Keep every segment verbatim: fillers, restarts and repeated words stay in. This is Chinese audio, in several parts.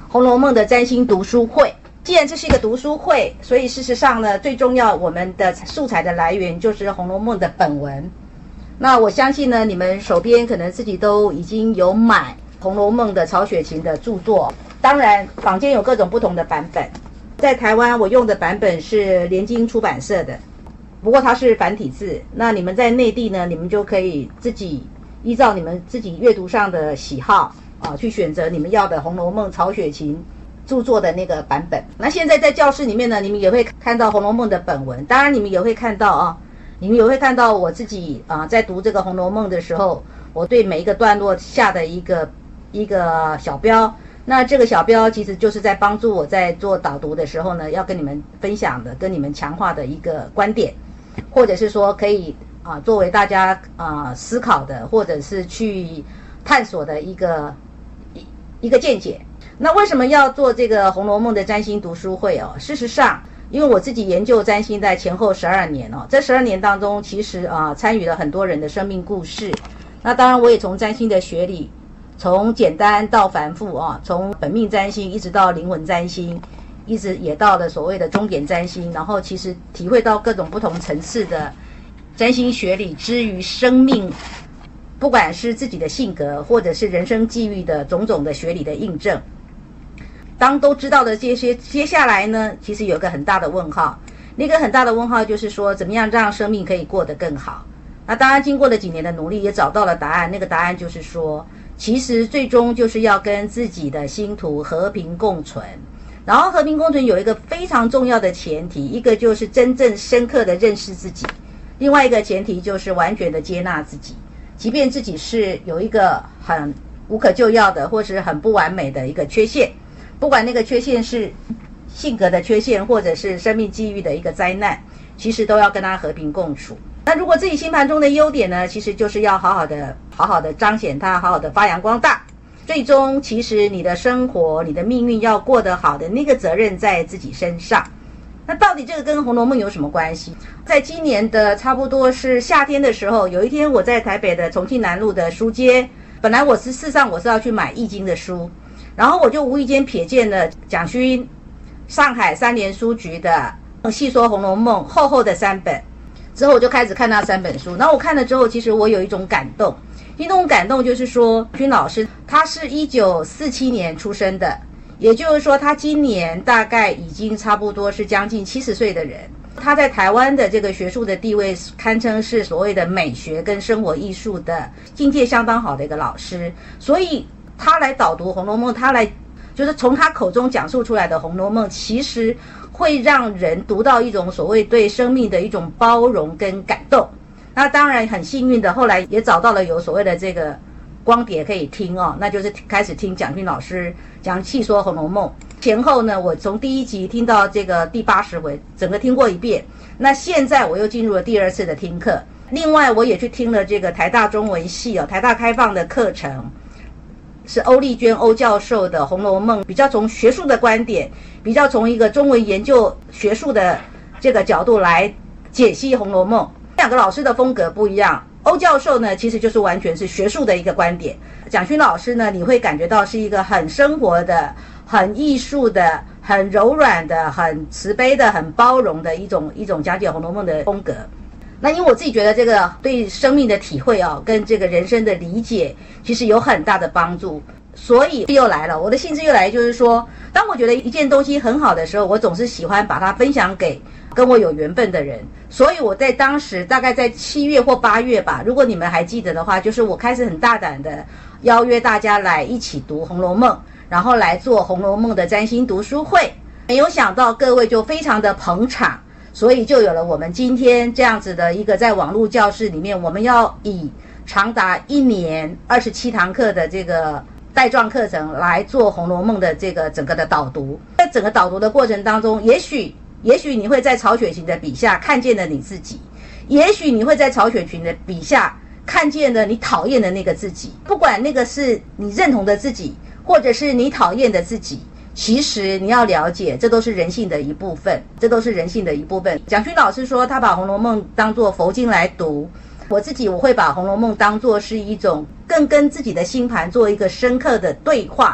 红楼梦的占星读书会。既然这是一个读书会，所以事实上呢，最重要我们的素材的来源就是《红楼梦》的本文。那我相信呢，你们手边可能自己都已经有买《红楼梦》的曹雪芹的著作，当然坊间有各种不同的版本。在台湾我用的版本是联经出版社的，不过它是繁体字。那你们在内地呢，你们就可以自己依照你们自己阅读上的喜好啊，去选择你们要的《红楼梦》曹雪芹著作的那个版本。那现在在教室里面呢，你们也会看到《红楼梦》的本文，当然你们也会看到啊，你们也会看到我自己啊，在读这个《红楼梦》的时候，我对每一个段落下的一个一个小标。那这个小标其实就是在帮助我在做导读的时候呢，要跟你们分享的、跟你们强化的一个观点，或者是说可以啊作为大家啊思考的，或者是去探索的一个一一个见解。那为什么要做这个《红楼梦》的占星读书会哦？事实上，因为我自己研究占星在前后十二年哦，这十二年当中，其实啊参与了很多人的生命故事。那当然，我也从占星的学理，从简单到繁复啊，从本命占星一直到灵魂占星，一直也到了所谓的终点占星，然后其实体会到各种不同层次的占星学理之于生命，不管是自己的性格，或者是人生际遇的种种的学理的印证。当都知道了这些，接下来呢，其实有一个很大的问号。那个很大的问号就是说，怎么样让生命可以过得更好？那当然，经过了几年的努力，也找到了答案。那个答案就是说，其实最终就是要跟自己的星图和平共存。然后和平共存有一个非常重要的前提，一个就是真正深刻的认识自己，另外一个前提就是完全的接纳自己，即便自己是有一个很无可救药的，或是很不完美的一个缺陷。不管那个缺陷是性格的缺陷，或者是生命际遇的一个灾难，其实都要跟它和平共处。那如果自己星盘中的优点呢，其实就是要好好的好好的彰显它，好好的发扬光大。最终其实你的生活，你的命运要过得好的那个责任在自己身上。那到底这个跟《红楼梦》有什么关系？在今年的差不多是夏天的时候，有一天我在台北的重庆南路的书街，本来我是事实上我是要去买易经的书，然后我就无意间瞥见了蒋勋上海三联书局的细说《红楼梦》厚厚的三本，之后我就开始看那三本书。然后我看了之后，其实我有一种感动，那种感动就是说，勋老师他是一九四七年出生的，也就是说他今年大概已经差不多是将近七十岁的人。他在台湾的这个学术的地位堪称是所谓的美学跟生活艺术的境界相当好的一个老师，所以他来导读《红楼梦》，他来就是从他口中讲述出来的《红楼梦》，其实会让人读到一种所谓对生命的一种包容跟感动。那当然很幸运的，后来也找到了有所谓的这个光碟可以听哦，那就是开始听蒋勋老师讲细说《红楼梦》。前后呢，我从第一集听到这个第八十回，整个听过一遍。那现在我又进入了第二次的听课，另外我也去听了这个台大中文系哦，台大开放的课程。是欧丽娟欧教授的《红楼梦》，比较从学术的观点，比较从一个中文研究学术的这个角度来解析《红楼梦》。两个老师的风格不一样，欧教授呢其实就是完全是学术的一个观点，蒋勋老师呢你会感觉到是一个很生活的、很艺术的、很柔软的、很慈悲的、很包容的一种一种讲解《红楼梦》的风格。那因为我自己觉得这个对生命的体会啊，跟这个人生的理解其实有很大的帮助，所以又来了，我的兴致又来，就是说当我觉得一件东西很好的时候，我总是喜欢把它分享给跟我有缘分的人。所以我在当时大概在七月或八月吧，如果你们还记得的话，就是我开始很大胆的邀约大家来一起读《红楼梦》，然后来做《红楼梦》的占星读书会。没有想到各位就非常的捧场，所以就有了我们今天这样子的一个在网络教室里面，我们要以长达一年二十七堂课的这个带状课程来做《红楼梦》的这个整个的导读。在整个导读的过程当中，也许也许你会在曹雪芹的笔下看见了你自己，也许你会在曹雪芹的笔下看见了你讨厌的那个自己。不管那个是你认同的自己，或者是你讨厌的自己，其实你要了解，这都是人性的一部分，这都是人性的一部分。蒋勋老师说他把《红楼梦》当作佛经来读，我自己我会把《红楼梦》当作是一种更跟自己的星盘做一个深刻的对话，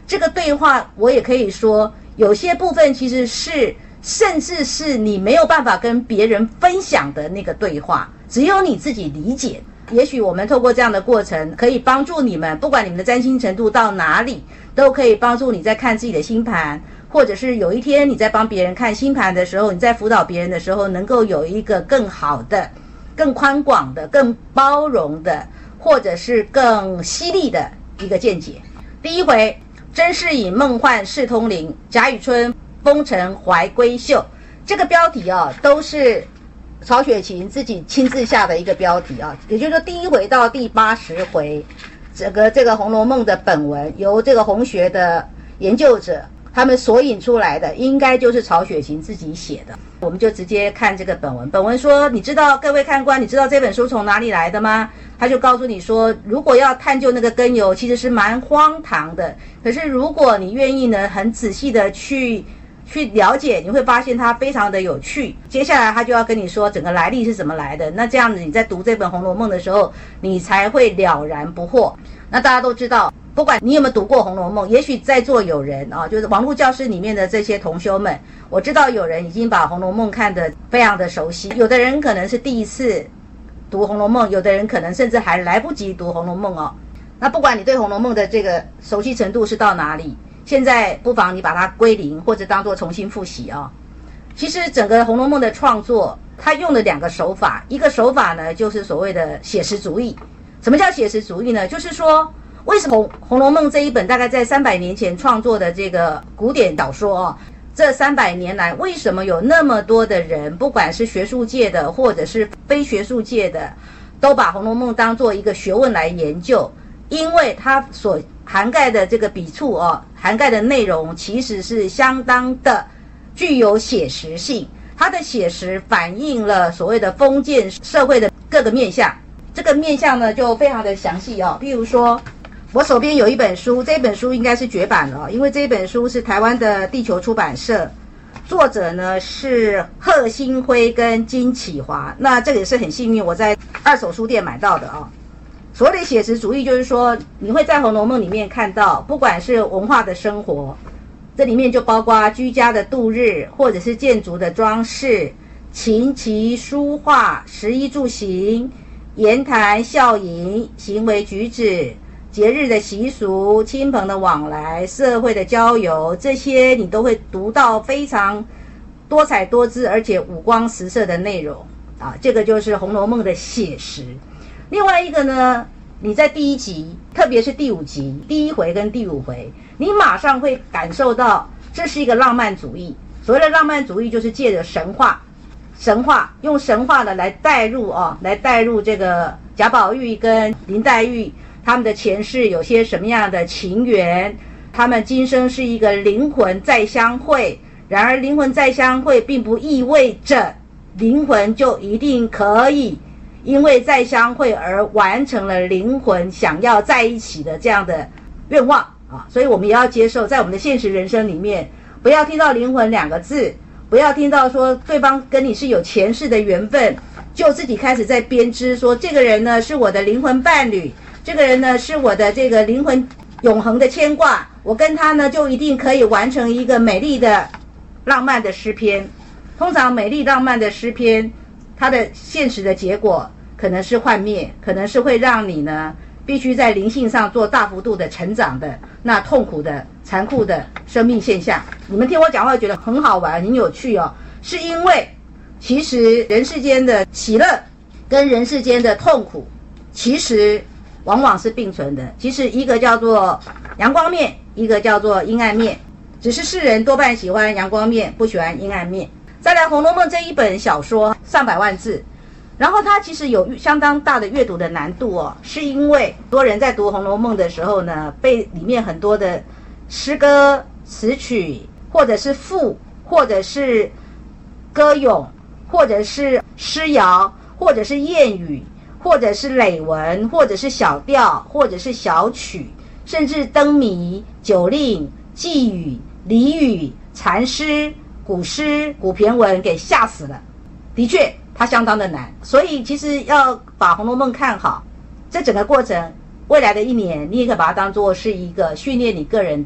这个对话我也可以说，有些部分其实是甚至是你没有办法跟别人分享的那个对话，只有你自己理解。也许我们透过这样的过程，可以帮助你们，不管你们的占星程度到哪里，都可以帮助你在看自己的星盘，或者是有一天你在帮别人看星盘的时候，你在辅导别人的时候，能够有一个更好的、更宽广的、更包容的，或者是更犀利的一个见解。第一回，甄士隐梦幻世通灵，贾雨村风尘怀闺秀，这个标题啊，都是曹雪芹自己亲自下的一个标题啊，也就是说第一回到第八十回，整个这个《红楼梦》的本文由这个红学的研究者他们索引出来的，应该就是曹雪芹自己写的。我们就直接看这个本文。本文说，你知道各位看官，你知道这本书从哪里来的吗？他就告诉你说，如果要探究那个根由，其实是蛮荒唐的。可是如果你愿意呢，很仔细的去去了解，你会发现它非常的有趣。接下来他就要跟你说整个来历是怎么来的，那这样子你在读这本《红楼梦》的时候，你才会了然不惑。那大家都知道，不管你有没有读过《红楼梦》，也许在座有人啊，就是网络教室里面的这些同修们，我知道有人已经把《红楼梦》看得非常的熟悉，有的人可能是第一次读《红楼梦》，有的人可能甚至还来不及读《红楼梦》哦。那不管你对《红楼梦》的这个熟悉程度是到哪里，现在不妨你把它归零，或者当作重新复习啊、哦。其实整个《红楼梦》的创作，它用了两个手法，一个手法呢就是所谓的写实主义。什么叫写实主义呢？就是说，为什么《红楼梦》这一本大概在三百年前创作的这个古典小说哦，这三百年来为什么有那么多的人，不管是学术界的或者是非学术界的，都把《红楼梦》当作一个学问来研究？因为它所涵盖的这个笔触哦，涵盖的内容其实是相当的具有写实性，它的写实反映了所谓的封建社会的各个面向。这个面向呢就非常的详细哦，譬如说我手边有一本书，这本书应该是绝版了，因为这本书是台湾的地球出版社，作者呢是贺新辉跟金启华，那这个也是很幸运我在二手书店买到的哦。所谓的写实主义，就是说你会在《红楼梦》里面看到，不管是文化的生活，这里面就包括居家的度日，或者是建筑的装饰、琴棋书画、食衣住行、言谈笑饮、行为举止、节日的习俗、亲朋的往来、社会的交友，这些你都会读到非常多彩多姿而且五光十色的内容啊，这个就是《红楼梦》的写实。另外一个呢，你在第一集，特别是第五集第一回跟第五回，你马上会感受到这是一个浪漫主义。所谓的浪漫主义，就是借着神话神话用神话的来带入哦，来带入这个贾宝玉跟林黛玉他们的前世有些什么样的情缘，他们今生是一个灵魂再相会。然而灵魂再相会并不意味着灵魂就一定可以因为再相会而完成了灵魂想要在一起的这样的愿望啊，所以我们也要接受，在我们的现实人生里面，不要听到灵魂两个字，不要听到说对方跟你是有前世的缘分，就自己开始在编织说这个人呢是我的灵魂伴侣，这个人呢是我的这个灵魂永恒的牵挂，我跟他呢就一定可以完成一个美丽的浪漫的诗篇。通常美丽浪漫的诗篇，它的现实的结果可能是幻灭，可能是会让你呢必须在灵性上做大幅度的成长的那痛苦的残酷的生命现象。你们听我讲话觉得很好玩很有趣哦，是因为其实人世间的喜乐跟人世间的痛苦其实往往是并存的，其实一个叫做阳光面，一个叫做阴暗面，只是世人多半喜欢阳光面，不喜欢阴暗面。再来《红楼梦》这一本小说上百万字，然后它其实有相当大的阅读的难度哦，是因为很多人在读《红楼梦》的时候呢，被里面很多的诗歌词曲，或者是赋，或者是歌咏，或者是诗谣，或者是谚语，或者是累文，或者是小调，或者是小曲，甚至灯谜、酒令、寄语、俚语、禅诗、古诗、古骈文给吓死了。的确它相当的难，所以其实要把《红楼梦》看好，这整个过程未来的一年你也可以把它当作是一个训练你个人的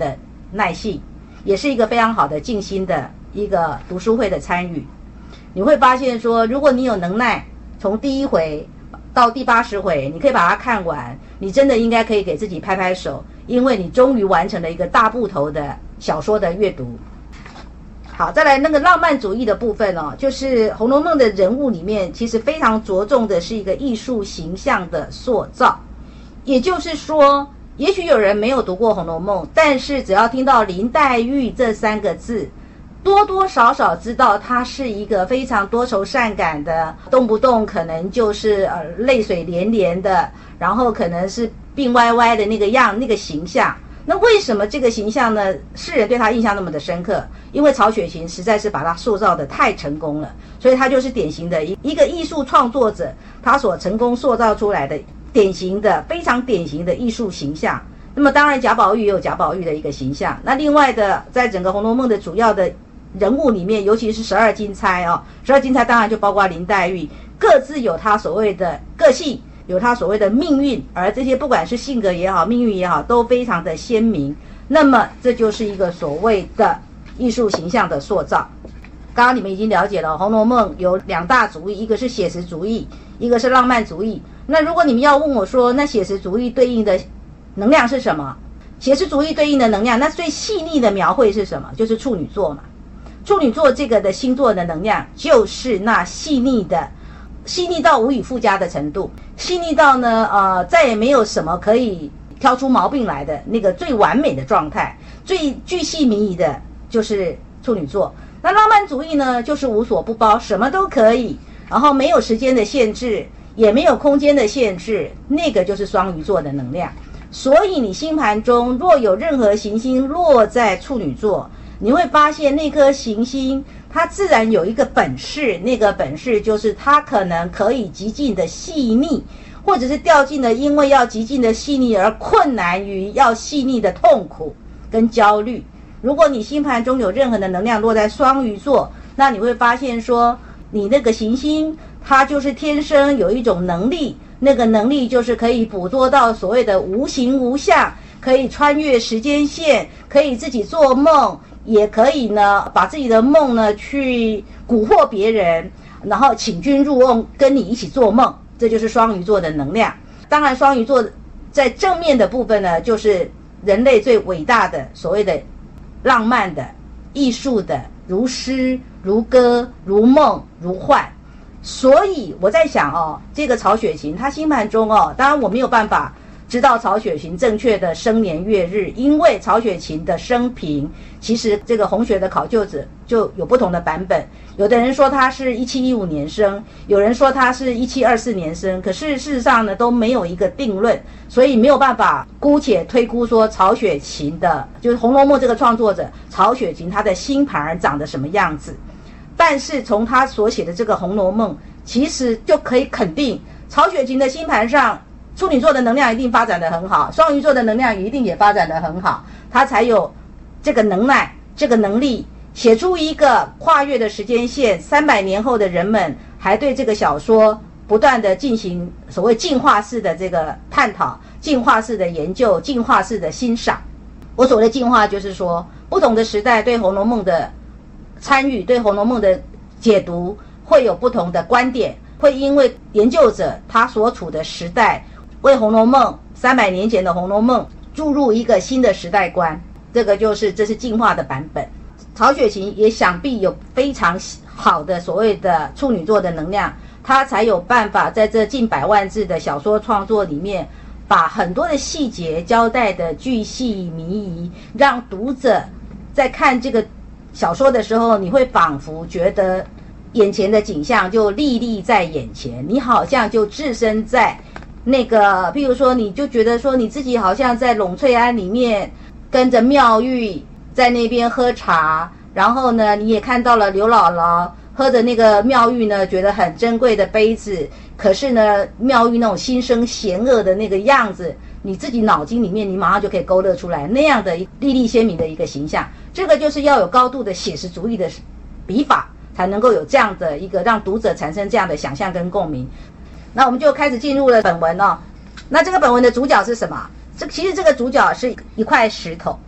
耐性，也是一个非常好的静心的一个读书会的参与。你会发现说，如果你有能耐，从第一回到第八十回，你可以把它看完，你真的应该可以给自己拍拍手，因为你终于完成了一个大部头的小说的阅读。好，再来那个浪漫主义的部分哦，就是《红楼梦》的人物里面，其实非常着重的是一个艺术形象的塑造。也就是说，也许有人没有读过《红楼梦》，但是只要听到林黛玉这三个字，多多少少知道她是一个非常多愁善感的，动不动可能就是呃泪水连连的，然后可能是病歪歪的那个样那个形象。那为什么这个形象呢？世人对他印象那么的深刻？因为曹雪芹实在是把他塑造的太成功了，所以他就是典型的一一个艺术创作者，他所成功塑造出来的典型的非常典型的艺术形象。那么当然贾宝玉也有贾宝玉的一个形象。那另外的，在整个《红楼梦》的主要的人物里面，尤其是十二金钗哦，十二金钗当然就包括林黛玉，各自有他所谓的个性，有他所谓的命运，而这些不管是性格也好，命运也好，都非常的鲜明。那么这就是一个所谓的艺术形象的塑造。刚刚你们已经了解了，《红楼梦》有两大主义，一个是写实主义，一个是浪漫主义。那如果你们要问我说，那写实主义对应的能量是什么？写实主义对应的能量，那最细腻的描绘是什么？就是处女座嘛。处女座这个的星座的能量，就是那细腻的，细腻到无以复加的程度，细腻到呢，呃，再也没有什么可以挑出毛病来的那个最完美的状态，最巨细靡遗的，就是处女座。那浪漫主义呢，就是无所不包，什么都可以，然后没有时间的限制，也没有空间的限制，那个就是双鱼座的能量。所以你星盘中若有任何行星落在处女座，你会发现那颗行星它自然有一个本事，那个本事就是它可能可以极尽的细腻，或者是掉进了因为要极尽的细腻而困难于要细腻的痛苦跟焦虑。如果你星盘中有任何的能量落在双鱼座，那你会发现说，你那个行星它就是天生有一种能力，那个能力就是可以捕捉到所谓的无形无相，可以穿越时间线，可以自己做梦，也可以呢把自己的梦呢去蛊惑别人，然后请君入瓮跟你一起做梦，这就是双鱼座的能量。当然双鱼座在正面的部分呢，就是人类最伟大的所谓的浪漫的艺术的，如诗如歌如梦如幻。所以我在想哦，这个曹雪芹他星盘中哦，当然我没有办法知道曹雪芹正确的生年月日，因为曹雪芹的生平其实这个红学的考究者就有不同的版本，有的人说他是一七一五年生，有人说他是一七二四年生，可是事实上呢都没有一个定论，所以没有办法姑且推估说曹雪芹的就是《红楼梦》这个创作者曹雪芹他的星盘长得什么样子。但是从他所写的这个《红楼梦》，其实就可以肯定曹雪芹的星盘上处女座的能量一定发展得很好，双鱼座的能量一定也发展得很好，他才有这个能耐这个能力写出一个跨越的时间线，三百年后的人们还对这个小说不断的进行所谓进化式的这个探讨，进化式的研究，进化式的欣赏。我所谓的进化就是说，不同的时代对《红楼梦》的参与，对《红楼梦》的解读会有不同的观点，会因为研究者他所处的时代为《红楼梦》三百年前的《红楼梦》注入一个新的时代观，这个就是这是进化的版本。曹雪芹也想必有非常好的所谓的处女座的能量，他才有办法在这近百万字的小说创作里面，把很多的细节交代的巨细靡遗，让读者在看这个小说的时候，你会仿佛觉得眼前的景象就历历在眼前，你好像就置身在那个，譬如说你就觉得说你自己好像在栊翠庵里面跟着妙玉在那边喝茶，然后呢你也看到了刘姥姥喝的那个妙玉呢觉得很珍贵的杯子，可是呢妙玉那种心生嫌恶的那个样子，你自己脑筋里面你马上就可以勾勒出来那样的历历鲜明的一个形象。这个就是要有高度的写实主义的笔法，才能够有这样的一个让读者产生这样的想象跟共鸣。那我们就开始进入了本文哦。那这个本文的主角是什么？这其实这个主角是一块石头。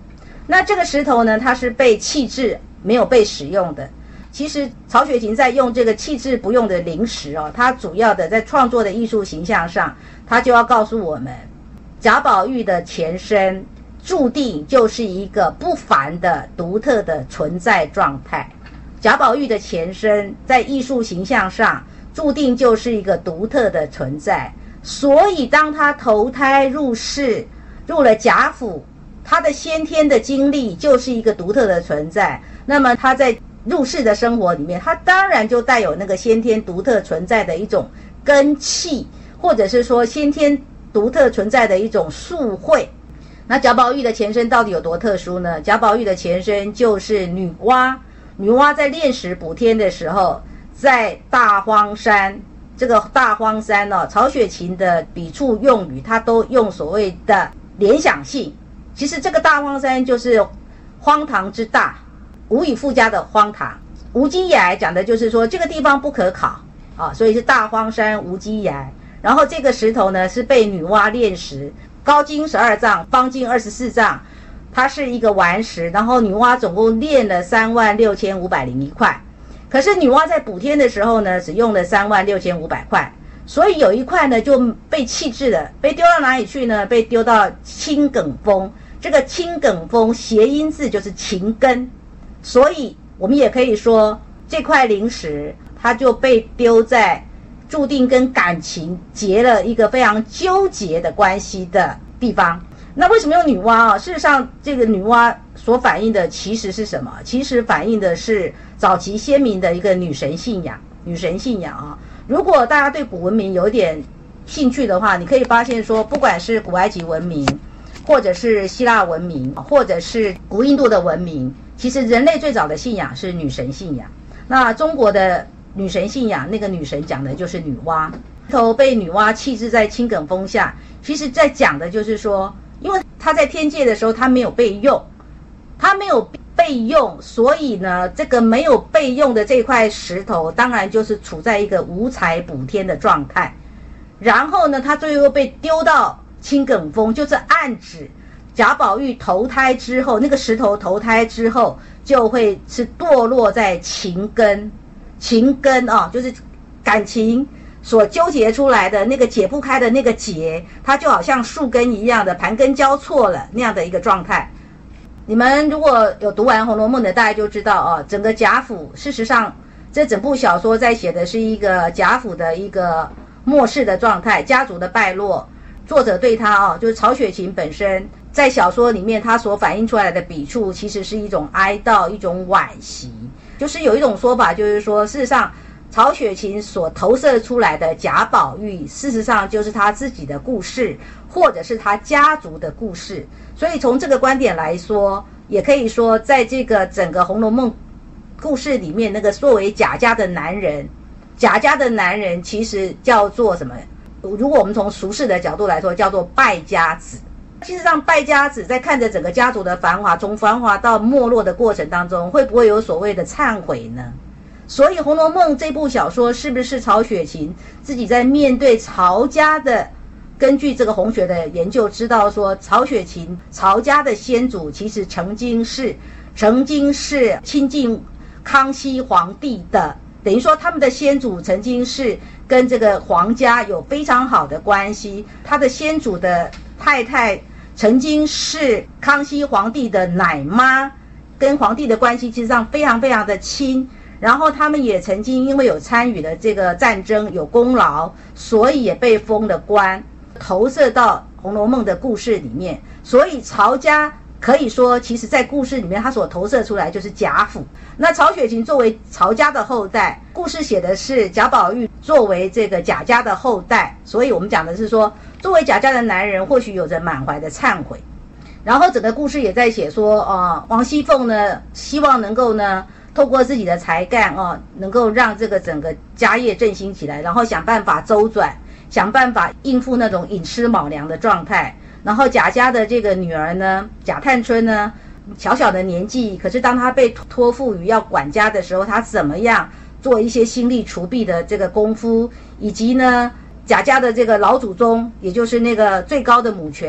那这个石头呢，它是被弃置，没有被使用的。其实曹雪芹在用这个弃置不用的灵石哦，他主要的在创作的艺术形象上，他就要告诉我们，贾宝玉的前身注定就是一个不凡的独特的存在状态。贾宝玉的前身在艺术形象上注定就是一个独特的存在，所以当他投胎入世，入了贾府，他的先天的经历就是一个独特的存在。那么他在入世的生活里面，他当然就带有那个先天独特存在的一种根气，或者是说先天独特存在的一种宿慧。那贾宝玉的前身到底有多特殊呢？贾宝玉的前身就是女娲，女娲在炼石补天的时候，在大荒山，这个大荒山哦，曹雪芹的笔触用语，他都用所谓的联想性。其实这个大荒山就是荒唐之大，无以复加的荒唐。无稽崖讲的就是说这个地方不可考啊，所以是大荒山无稽崖。然后这个石头呢是被女娲炼石，高经十二丈，方经二十四丈，它是一个顽石。然后女娲总共炼了三万六千五百零一块，可是女娲在补天的时候呢，只用了三万六千五百块，所以有一块呢就被弃置了，被丢到哪里去呢？被丢到青埂峰。这个青埂峰谐音字就是情根，所以我们也可以说这块灵石它就被丢在注定跟感情结了一个非常纠结的关系的地方。那为什么用女娲啊？事实上这个女娲所反映的其实是什么？其实反映的是早期先民的一个女神信仰。女神信仰啊，如果大家对古文明有点兴趣的话，你可以发现说，不管是古埃及文明，或者是希腊文明，或者是古印度的文明，其实人类最早的信仰是女神信仰。那中国的女神信仰，那个女神讲的就是女娲，头被女娲弃置在青埂峰下，其实在讲的就是说，因为她在天界的时候她没有被用，她没有被用，所以呢这个没有被用的这块石头当然就是处在一个无才补天的状态。然后呢她最后被丢到青埂峰，就是暗指贾宝玉投胎之后，那个石头投胎之后就会是堕落在情根。情根啊，就是感情所纠结出来的那个解不开的那个结，它就好像树根一样的盘根交错了那样的一个状态。你们如果有读完《红楼梦》的，大家就知道啊，整个贾府，事实上这整部小说在写的是一个贾府的一个末世的状态，家族的败落。作者对他啊，就是曹雪芹本身在小说里面他所反映出来的笔触，其实是一种哀悼，一种惋惜。就是有一种说法，就是说事实上曹雪芹所投射出来的贾宝玉，事实上就是他自己的故事，或者是他家族的故事。所以从这个观点来说，也可以说在这个整个《红楼梦》故事里面，那个作为贾家的男人，贾家的男人其实叫做什么？如果我们从俗世的角度来说，叫做败家子。其实上败家子在看着整个家族的繁华，从繁华到没落的过程当中，会不会有所谓的忏悔呢？所以《红楼梦》这部小说是不是曹雪芹自己在面对曹家的，根据这个红学的研究知道说，曹雪芹曹家的先祖其实曾经是曾经是亲近康熙皇帝的，等于说他们的先祖曾经是跟这个皇家有非常好的关系，他的先祖的太太曾经是康熙皇帝的奶妈，跟皇帝的关系其实上非常非常的亲。然后他们也曾经因为有参与了这个战争，有功劳，所以也被封了官，投射到《红楼梦》的故事里面。所以曹家可以说其实在故事里面他所投射出来就是贾府。那曹雪芹作为曹家的后代，故事写的是贾宝玉作为这个贾家的后代，所以我们讲的是说，作为贾家的男人或许有着满怀的忏悔。然后整个故事也在写说呃，王熙凤呢希望能够呢透过自己的才干哦，能够让这个整个家业振兴起来，然后想办法周转，想办法应付那种寅吃卯粮的状态。然后贾家的这个女儿呢，贾探春呢，小小的年纪，可是当她被托付于要管家的时候，她怎么样做一些心力除弊的这个功夫，以及呢，贾家的这个老祖宗，也就是那个最高的母权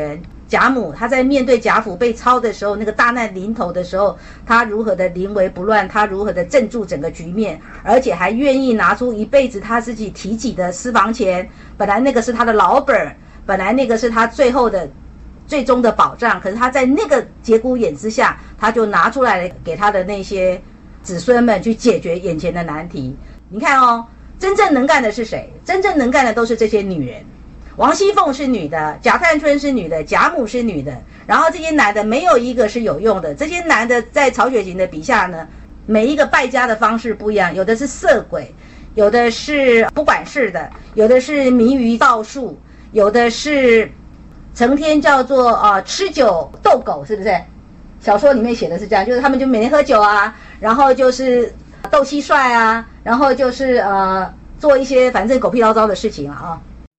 贾母她在面对贾府被抄的时候，那个大难临头的时候，她如何的临危不乱，她如何的镇住整个局面，而且还愿意拿出一辈子她自己提己的私房钱，本来那个是她的老本，本来那个是她最后的最终的保障，可是她在那个节骨眼之下，她就拿出来给她的那些子孙们去解决眼前的难题。你看哦，真正能干的是谁？真正能干的都是这些女人。王熙凤是女的，贾探春是女的，贾母是女的，然后这些男的没有一个是有用的。这些男的在曹雪芹的笔下呢，每一个败家的方式不一样，有的是色鬼，有的是不管事的，有的是迷于道术，有的是成天叫做呃吃酒斗狗，是不是？小说里面写的是这样，就是他们就每天喝酒啊，然后就是斗蟋蟀啊，然后就是呃做一些反正狗屁叨叨的事情啊。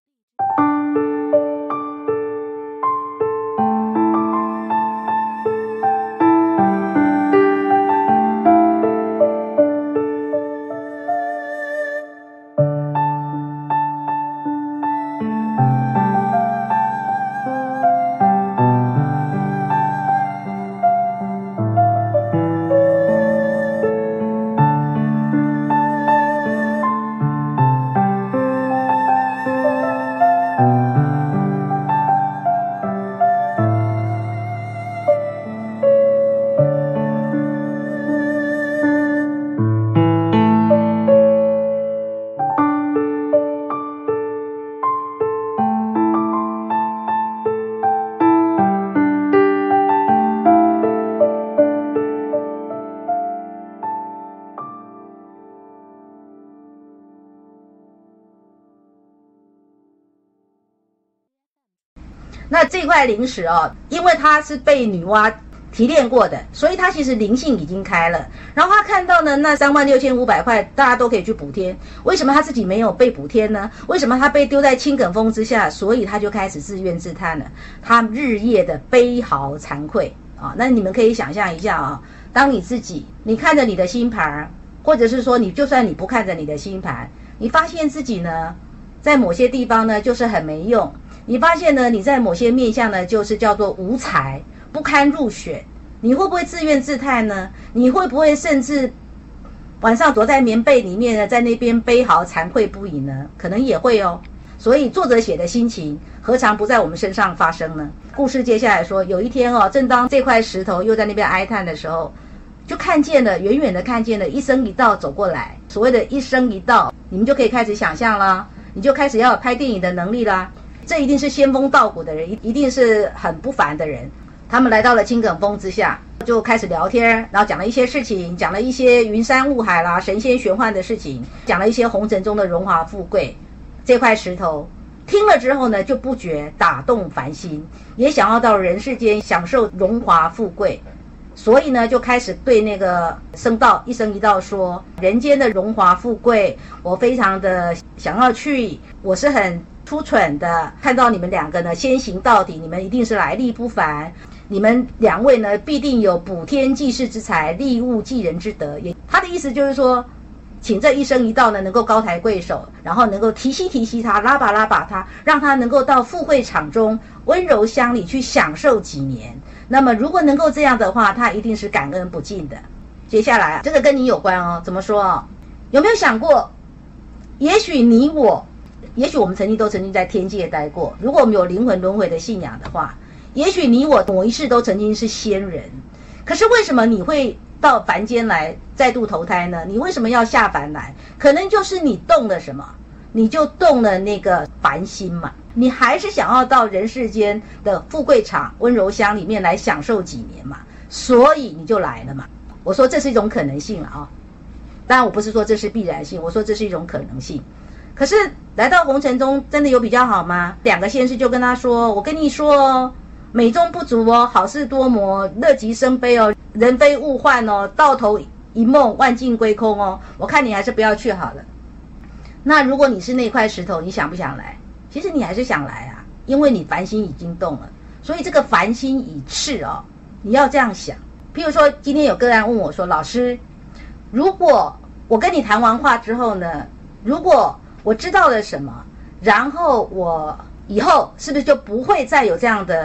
那这块灵石哦，因为它是被女娲提炼过的，所以它其实灵性已经开了。然后他看到呢，那三万六千五百块大家都可以去补天，为什么他自己没有被补天呢？为什么他被丢在青埂峰之下？所以他就开始自怨自叹了，他日夜的悲嚎惭愧啊。那你们可以想象一下啊，当你自己你看着你的星盘，或者是说你就算你不看着你的星盘，你发现自己呢在某些地方呢就是很没用。你发现呢，你在某些面向呢，就是叫做无才，不堪入选。你会不会自怨自叹呢？你会不会甚至晚上躲在棉被里面呢，在那边悲嚎惭愧不已呢？可能也会哦。所以作者写的心情，何尝不在我们身上发生呢？故事接下来说，有一天哦，正当这块石头又在那边哀叹的时候，就看见了，远远的看见了一生一道走过来。所谓的一生一道，你们就可以开始想象啦，你就开始要有拍电影的能力啦。这一定是仙风道骨的人，一定是很不凡的人。他们来到了青埂峰之下，就开始聊天，然后讲了一些事情，讲了一些云山雾海啦、神仙玄幻的事情，讲了一些红尘中的荣华富贵。这块石头听了之后呢，就不觉打动凡心，也想要到人世间享受荣华富贵。所以呢，就开始对那个僧道一生一道说，人间的荣华富贵，我非常的想要去，我是很出蠢的，看到你们两个呢先行到底，你们一定是来历不凡，你们两位呢必定有补天济世之才，利物济人之德。也他的意思就是说，请这一生一道呢能够高抬贵手，然后能够提携提携他，拉拔拉拔他，让他能够到富贵场中温柔乡里去享受几年。那么如果能够这样的话，他一定是感恩不尽的。接下来这个跟你有关哦，怎么说哦？有没有想过，也许你我也许我们曾经都曾经在天界待过，如果我们有灵魂轮回的信仰的话，也许你我某一世都曾经是仙人。可是为什么你会到凡间来再度投胎呢？你为什么要下凡来？可能就是你动了什么，你就动了那个凡心嘛。你还是想要到人世间的富贵场、温柔乡里面来享受几年嘛，所以你就来了嘛。我说这是一种可能性了啊，当然我不是说这是必然性，我说这是一种可能性。可是来到红尘中真的有比较好吗？两个仙师就跟他说，我跟你说哦，美中不足哦，好事多磨，乐极生悲哦，人非物换哦，到头一梦，万境归空哦，我看你还是不要去好了。那如果你是那块石头，你想不想来？其实你还是想来啊，因为你凡心已经动了，所以这个凡心已炽哦，你要这样想。譬如说今天有个人问我说，老师，如果我跟你谈完话之后呢，如果我知道了什么，然后我以后是不是就不会再有这样的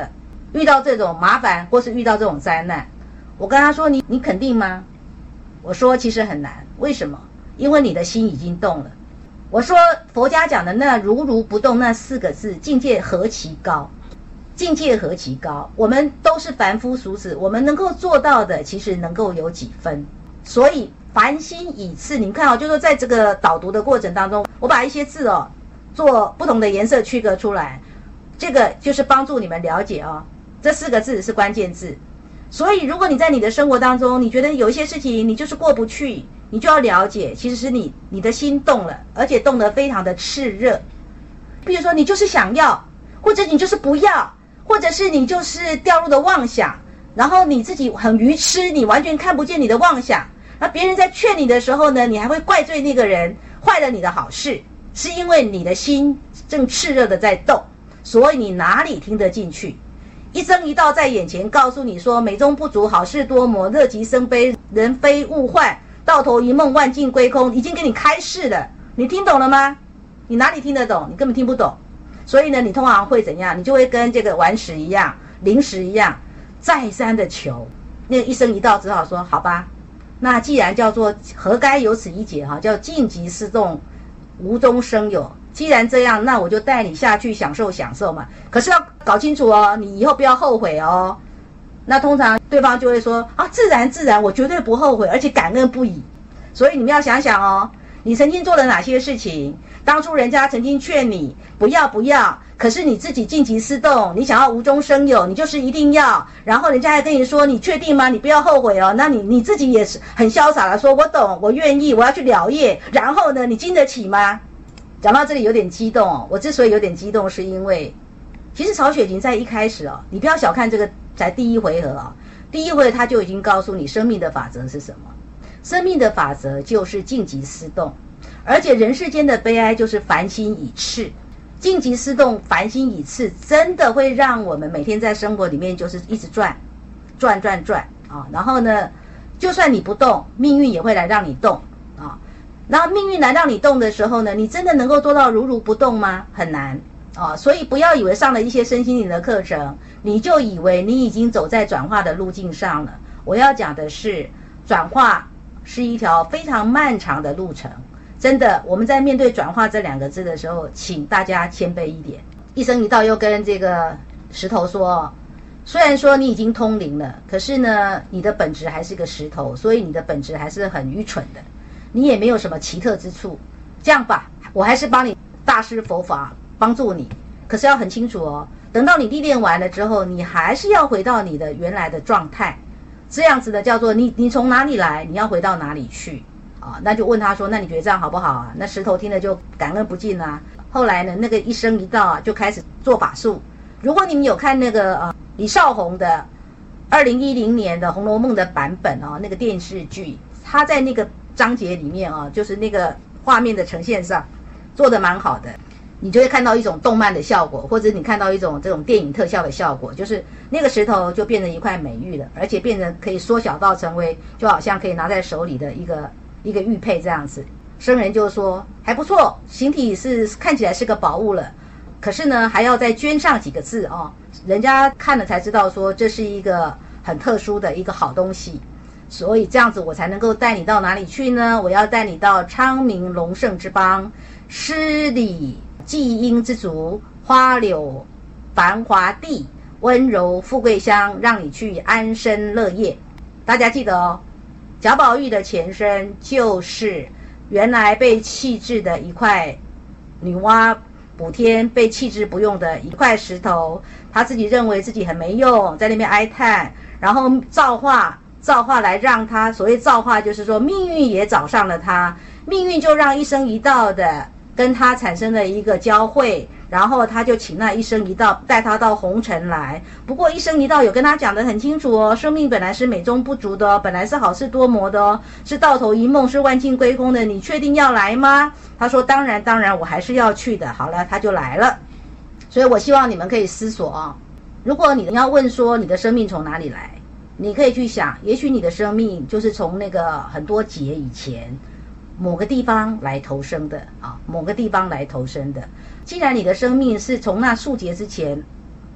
遇到这种麻烦或是遇到这种灾难，我跟他说你你肯定吗？我说其实很难，为什么？因为你的心已经动了。我说佛家讲的那如如不动那四个字，境界何其高，境界何其高。我们都是凡夫俗子，我们能够做到的其实能够有几分。所以凡心以次，你看哦，就是说在这个导读的过程当中，我把一些字哦做不同的颜色区隔出来，这个就是帮助你们了解哦，这四个字是关键字。所以如果你在你的生活当中，你觉得有一些事情你就是过不去，你就要了解，其实是你你的心动了，而且动得非常的炽热。比如说你就是想要，或者你就是不要，或者是你就是掉入了妄想，然后你自己很愚痴，你完全看不见你的妄想。那别人在劝你的时候呢，你还会怪罪那个人坏了你的好事，是因为你的心正炽热的在动，所以你哪里听得进去？一僧一道在眼前告诉你说，美中不足，好事多磨，乐极生悲，人非物幻，到头一梦，万境归空，已经给你开示了，你听懂了吗？你哪里听得懂？你根本听不懂。所以呢，你通常会怎样？你就会跟这个顽石一样，灵石一样，再三的求。那个一僧一道只好说，好吧，那既然叫做何该有此一劫哈，叫静极思动，无中生有。既然这样，那我就带你下去享受享受嘛。可是要搞清楚哦，你以后不要后悔哦。那通常对方就会说啊，自然自然，我绝对不后悔，而且感恩不已。所以你们要想想哦，你曾经做了哪些事情？当初人家曾经劝你不要不要，可是你自己静极思动，你想要无中生有，你就是一定要。然后人家还跟你说，你确定吗？你不要后悔哦。那你你自己也是很潇洒的说，我懂，我愿意，我要去了业。然后呢，你经得起吗？讲到这里有点激动哦，我之所以有点激动，是因为其实曹雪芹在一开始哦，你不要小看这个才第一回合哦，第一回合他就已经告诉你生命的法则是什么。生命的法则就是静极思动，而且人世间的悲哀就是烦心已炽。静极思动，烦心已炽，真的会让我们每天在生活里面就是一直转转转转啊。然后呢，就算你不动，命运也会来让你动啊。然后命运来让你动的时候呢，你真的能够做到如如不动吗？很难啊！所以不要以为上了一些身心灵的课程，你就以为你已经走在转化的路径上了。我要讲的是，转化是一条非常漫长的路程。真的，我们在面对转化这两个字的时候，请大家谦卑一点。一僧一道又跟这个石头说，虽然说你已经通灵了，可是呢，你的本质还是个石头，所以你的本质还是很愚蠢的。你也没有什么奇特之处，这样吧，我还是帮你大施佛法帮助你，可是要很清楚哦，等到你历练完了之后，你还是要回到你的原来的状态，这样子的叫做你你从哪里来，你要回到哪里去啊？那就问他说，那你觉得这样好不好啊？那石头听了就感恩不尽啊。后来呢，那个一僧一道啊，就开始做法术。如果你们有看那个呃李少红的二零一零年的《红楼梦》的版本哦，那个电视剧，他在那个章节里面啊，就是那个画面的呈现上做得蛮好的，你就会看到一种动漫的效果，或者你看到一种这种电影特效的效果，就是那个石头就变成一块美玉了，而且变成可以缩小到成为就好像可以拿在手里的一个一个玉佩这样子。僧人就说还不错，形体是看起来是个宝物了，可是呢还要再捐上几个字哦，人家看了才知道说这是一个很特殊的一个好东西。所以这样子我才能够带你到哪里去呢？我要带你到昌明隆盛之邦，诗礼季英之族，花柳繁华地，温柔富贵乡，让你去安身乐业。大家记得哦，贾宝玉的前身就是原来被弃置的一块女娲补天被弃之不用的一块石头，他自己认为自己很没用，在那边哀叹，然后造化造化来让他，所谓造化就是说命运也找上了他，命运就让一生一道的跟他产生了一个交汇，然后他就请那一生一道带他到红尘来。不过一生一道有跟他讲得很清楚哦，生命本来是美中不足的哦，本来是好事多磨的哦，是到头一梦，是万境归空的，你确定要来吗？他说当然当然，我还是要去的。好了，他就来了。所以我希望你们可以思索哦，如果你要问说你的生命从哪里来，你可以去想，也许你的生命就是从那个很多劫以前某个地方来投生的啊，某个地方来投生的。既然你的生命是从那数劫之前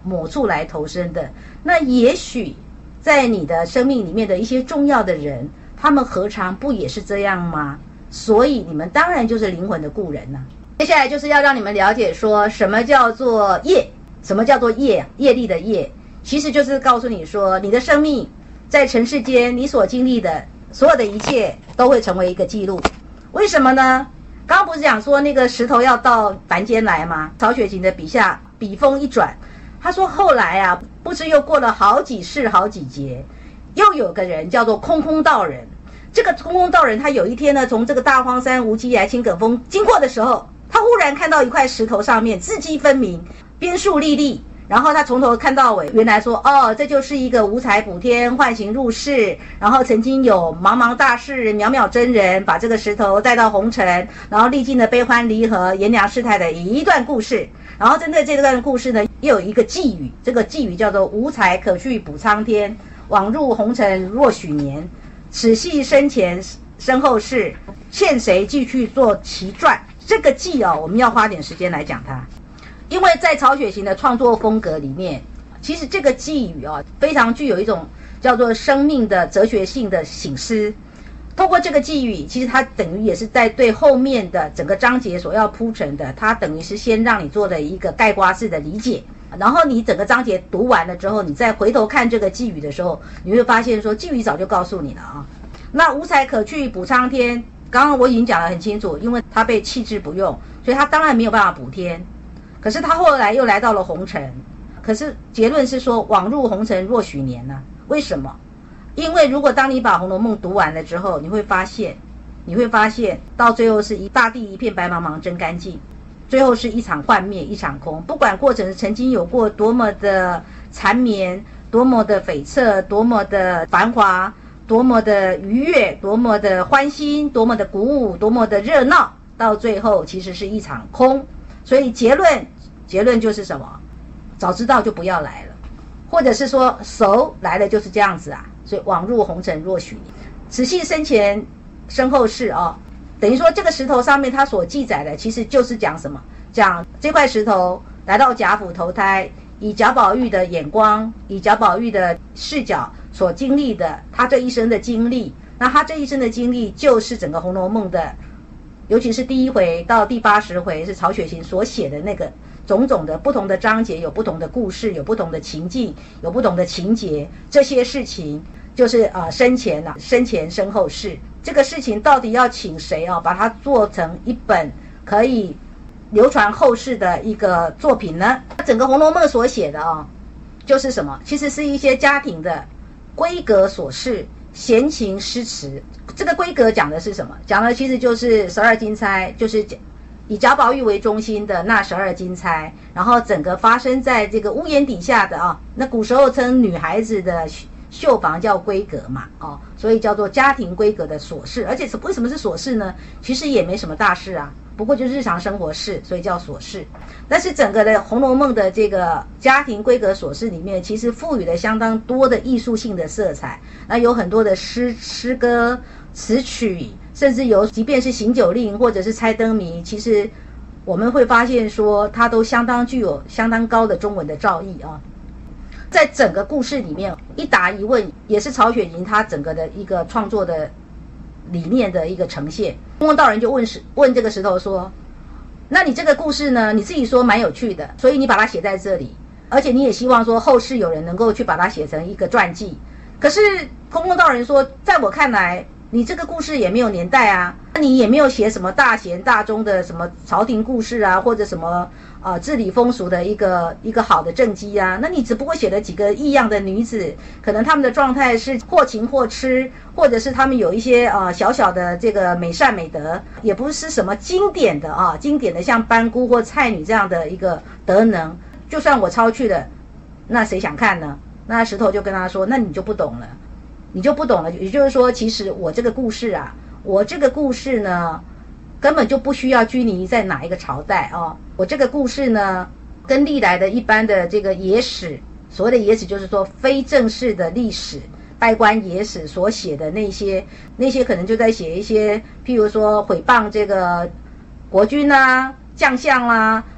某处来投生的。那也许在你的生命里面的一些重要的人，他们何尝不也是这样吗？所以你们当然就是灵魂的故人啊。接下来就是要让你们了解说什么叫做业，什么叫做业，业力的业，其实就是告诉你说，你的生命在尘世间你所经历的所有的一切都会成为一个记录。为什么呢？刚刚不是讲说那个石头要到凡间来吗？曹雪芹的笔下笔锋一转，他说后来啊，不知又过了好几世好几劫，又有个人叫做空空道人。这个空空道人他有一天呢，从这个大荒山无稽崖青埂峰经过的时候，他忽然看到一块石头上面字迹分明，边树立立，然后他从头看到尾，原来说哦，这就是一个五彩补天幻形入世，然后曾经有茫茫大士渺渺真人把这个石头带到红尘，然后历尽了悲欢离合炎凉世态的一段故事。然后针对这段故事呢，又有一个寄语，这个寄语叫做无才可去补苍天，往入红尘若许年，此系生前身后事，欠谁继续做其传。这个寄哦，我们要花点时间来讲它，因为在曹雪芹的创作风格里面，其实这个寄语哦，非常具有一种叫做生命的哲学性的省思。透过这个寄语，其实它等于也是在对后面的整个章节所要铺陈的，它等于是先让你做的一个概括式的理解，然后你整个章节读完了之后，你再回头看这个寄语的时候，你会发现说寄语早就告诉你了啊。那无才可去补苍天，刚刚我已经讲得很清楚，因为他被弃之不用，所以他当然没有办法补天。可是他后来又来到了红尘，可是结论是说往入红尘若许年呢、啊？为什么？因为如果当你把《红楼梦》读完了之后，你会发现，你会发现到最后是一大地一片白茫茫真干净，最后是一场幻灭一场空。不管过程曾经有过多么的缠绵，多么的悱恻，多么的繁华，多么的愉悦，多么的欢欣，多么的鼓舞，多么的热闹，到最后其实是一场空。所以结论结论就是什么？早知道就不要来了，或者是说熟来了就是这样子啊。所以往入红尘若许年，此系生前身后事哦，等于说这个石头上面它所记载的其实就是讲什么？讲这块石头来到贾府投胎，以贾宝玉的眼光，以贾宝玉的视角所经历的他这一生的经历。那他这一生的经历就是整个《红楼梦》的，尤其是第一回到第八十回是曹雪芹所写的那个种种的不同的章节，有不同的故事，有不同的情境，有不同的情节，这些事情就是啊、呃、生前啊生前身后事。这个事情到底要请谁啊，把它做成一本可以流传后世的一个作品呢？整个《红楼梦》所写的啊，就是什么？其实是一些家庭的闺阁琐事、闲情诗词。这个闺阁讲的是什么？讲的其实就是十二金钗，就是以贾宝玉为中心的那十二金钗，然后整个发生在这个屋檐底下的啊，那古时候称女孩子的绣房叫闺阁嘛，哦，所以叫做家庭闺阁的琐事。而且是为什么是琐事呢？其实也没什么大事啊，不过就是日常生活事，所以叫琐事。但是整个的《红楼梦》的这个家庭闺阁琐事里面，其实赋予了相当多的艺术性的色彩，那有很多的诗诗歌词曲，甚至有即便是行酒令或者是猜灯谜，其实我们会发现说它都相当具有相当高的中文的造诣啊。在整个故事里面，一答一问也是曹雪芹他整个的一个创作的理念的一个呈现。空空道人就问石问这个石头说，那你这个故事呢，你自己说蛮有趣的，所以你把它写在这里，而且你也希望说后世有人能够去把它写成一个传记。可是空空道人说，在我看来你这个故事也没有年代啊，你也没有写什么大贤大忠的什么朝廷故事啊，或者什么呃治理风俗的一个一个好的政绩啊，那你只不过写了几个异样的女子，可能他们的状态是或情或痴，或者是他们有一些呃小小的这个美善美德，也不是什么经典的啊，经典的像班姑或蔡女这样的一个德能，就算我抄去了，那谁想看呢？那石头就跟他说，那你就不懂了。你就不懂了，也就是说，其实我这个故事啊，我这个故事呢，根本就不需要拘泥在哪一个朝代哦。我这个故事呢，跟历来的一般的这个野史，所谓的野史就是说非正式的历史、拜官野史所写的那些，那些可能就在写一些，譬如说毁谤这个国君啊、将相啦、啊，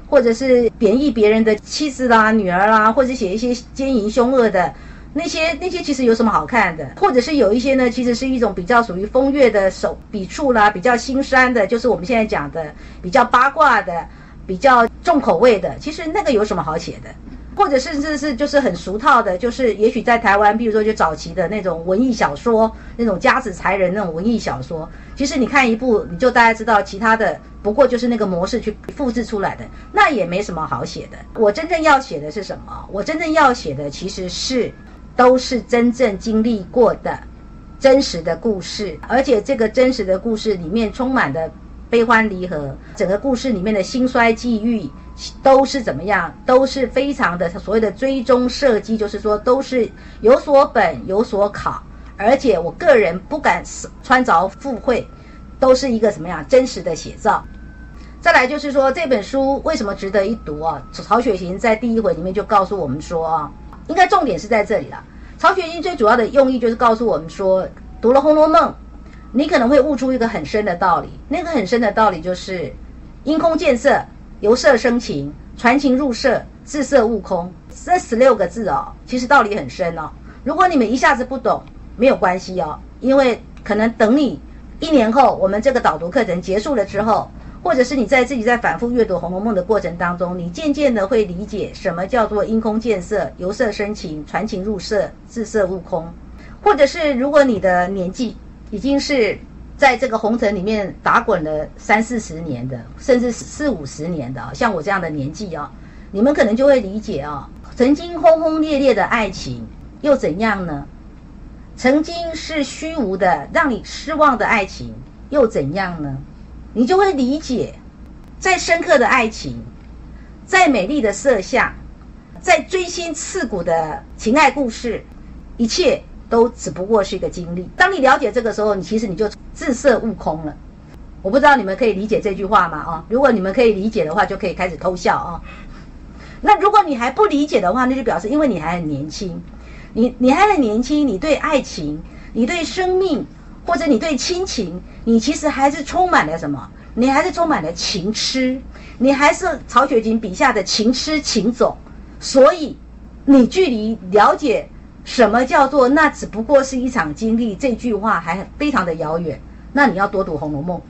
或者是贬义别人的妻子啦、女儿啦，或者写一些奸淫凶恶的那些那些，其实有什么好看的？或者是有一些呢，其实是一种比较属于风月的手笔触啦，比较心酸的，就是我们现在讲的比较八卦的、比较重口味的，其实那个有什么好写的？或者甚至是就是很俗套的，就是也许在台湾，比如说就早期的那种文艺小说，那种家子才人那种文艺小说，其实你看一部，你就大概知道其他的不过就是那个模式去复制出来的，那也没什么好写的。我真正要写的是什么？我真正要写的其实是都是真正经历过的真实的故事，而且这个真实的故事里面充满了悲欢离合，整个故事里面的兴衰际遇都是怎么样，都是非常的所谓的追踪射击，就是说都是有所本有所考，而且我个人不敢穿凿附会，都是一个什么样真实的写照。再来就是说这本书为什么值得一读啊？曹雪芹在第一回里面就告诉我们说啊，应该重点是在这里了。曹雪芹最主要的用意就是告诉我们说，读了《红楼梦》，你可能会悟出一个很深的道理，那个很深的道理就是因空见色，由色生情，传情入色，自色悟空。这十六个字哦，其实道理很深哦。如果你们一下子不懂，没有关系哦，因为可能等你一年后，我们这个导读课程结束了之后，或者是你在自己在反复阅读《红楼梦》的过程当中，你渐渐的会理解什么叫做因空见色，由色生情，传情入色，自色悟空。或者是如果你的年纪已经是在这个红尘里面打滚了三四十年的，甚至四五十年的，像我这样的年纪啊，你们可能就会理解啊，曾经轰轰烈烈的爱情又怎样呢？曾经是虚无的让你失望的爱情又怎样呢？你就会理解，再深刻的爱情，再美丽的色相，再锥心刺骨的情爱故事，一切都只不过是一个经历。当你了解这个时候，你其实你就自色悟空了。我不知道你们可以理解这句话吗？啊，如果你们可以理解的话，就可以开始偷笑啊。那如果你还不理解的话，那就表示因为你还很年轻，你你还很年轻，你对爱情，你对生命，或者你对亲情，你其实还是充满了什么？你还是充满了情痴，你还是曹雪芹笔下的情痴情种，所以你距离了解什么叫做那只不过是一场经历这句话还非常的遥远。那你要多读《红楼梦》。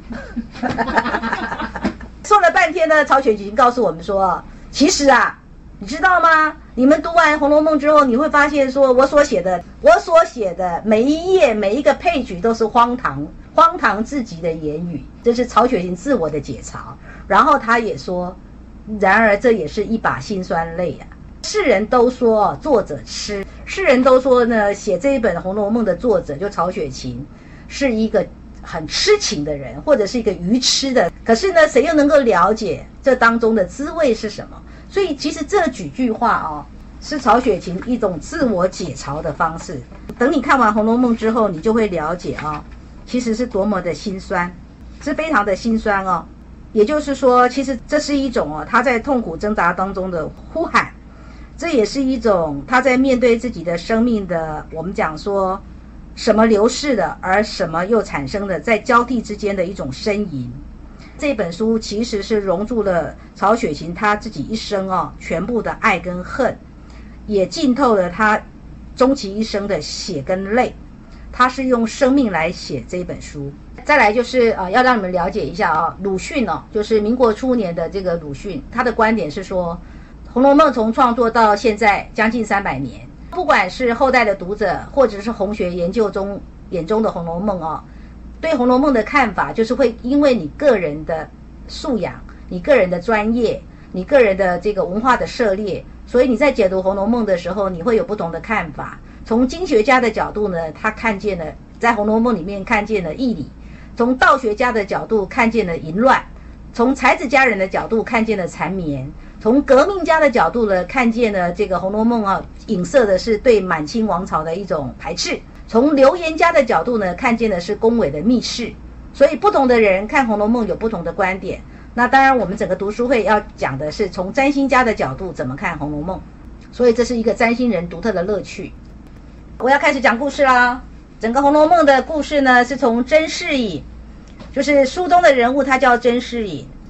说了半天呢，曹雪芹告诉我们说，其实啊，你知道吗？你们读完《红楼梦》之后，你会发现说，我所写的，我所写的每一页每一个配曲都是荒唐、荒唐至极的言语，这是曹雪芹自我的解嘲。然后他也说，然而这也是一把辛酸泪啊。世人都说作者痴，世人都说呢，写这一本《红楼梦》的作者就曹雪芹是一个很痴情的人，或者是一个愚痴的。可是呢，谁又能够了解这当中的滋味是什么？所以其实这几句话哦，是曹雪芹一种自我解嘲的方式。等你看完《红楼梦》之后，你就会了解哦，其实是多么的心酸，是非常的心酸哦。也就是说，其实这是一种哦，他在痛苦挣扎当中的呼喊，这也是一种他在面对自己的生命的，我们讲说什么流逝的，而什么又产生的，在交替之间的一种呻吟。这本书其实是融入了曹雪芹他自己一生哦全部的爱跟恨，也浸透了他终其一生的血跟泪。他是用生命来写这本书。再来就是呃，要让你们了解一下啊，鲁迅哦，就是民国初年的这个鲁迅，他的观点是说，《红楼梦》从创作到现在将近三百年，不管是后代的读者，或者是红学研究中眼中的《红楼梦》哦，对《红楼梦》的看法就是会因为你个人的素养、你个人的专业、你个人的这个文化的涉猎，所以你在解读《红楼梦》的时候，你会有不同的看法。从经学家的角度呢，他看见了在《红楼梦》里面看见了义理；从道学家的角度看见了淫乱；从才子佳人的角度看见了缠绵；从革命家的角度呢，看见了这个《红楼梦》啊，影射的是对满清王朝的一种排斥；从流言家的角度呢，看见的是宫闱的密室。所以不同的人看《红楼梦》有不同的观点。那当然，我们整个读书会要讲的是从占星家的角度怎么看《红楼梦》，所以这是一个占星人独特的乐趣。我要开始讲故事啦。整个《红楼梦》的故事呢，是从甄士隐，就是书中的人物，他叫甄士隐。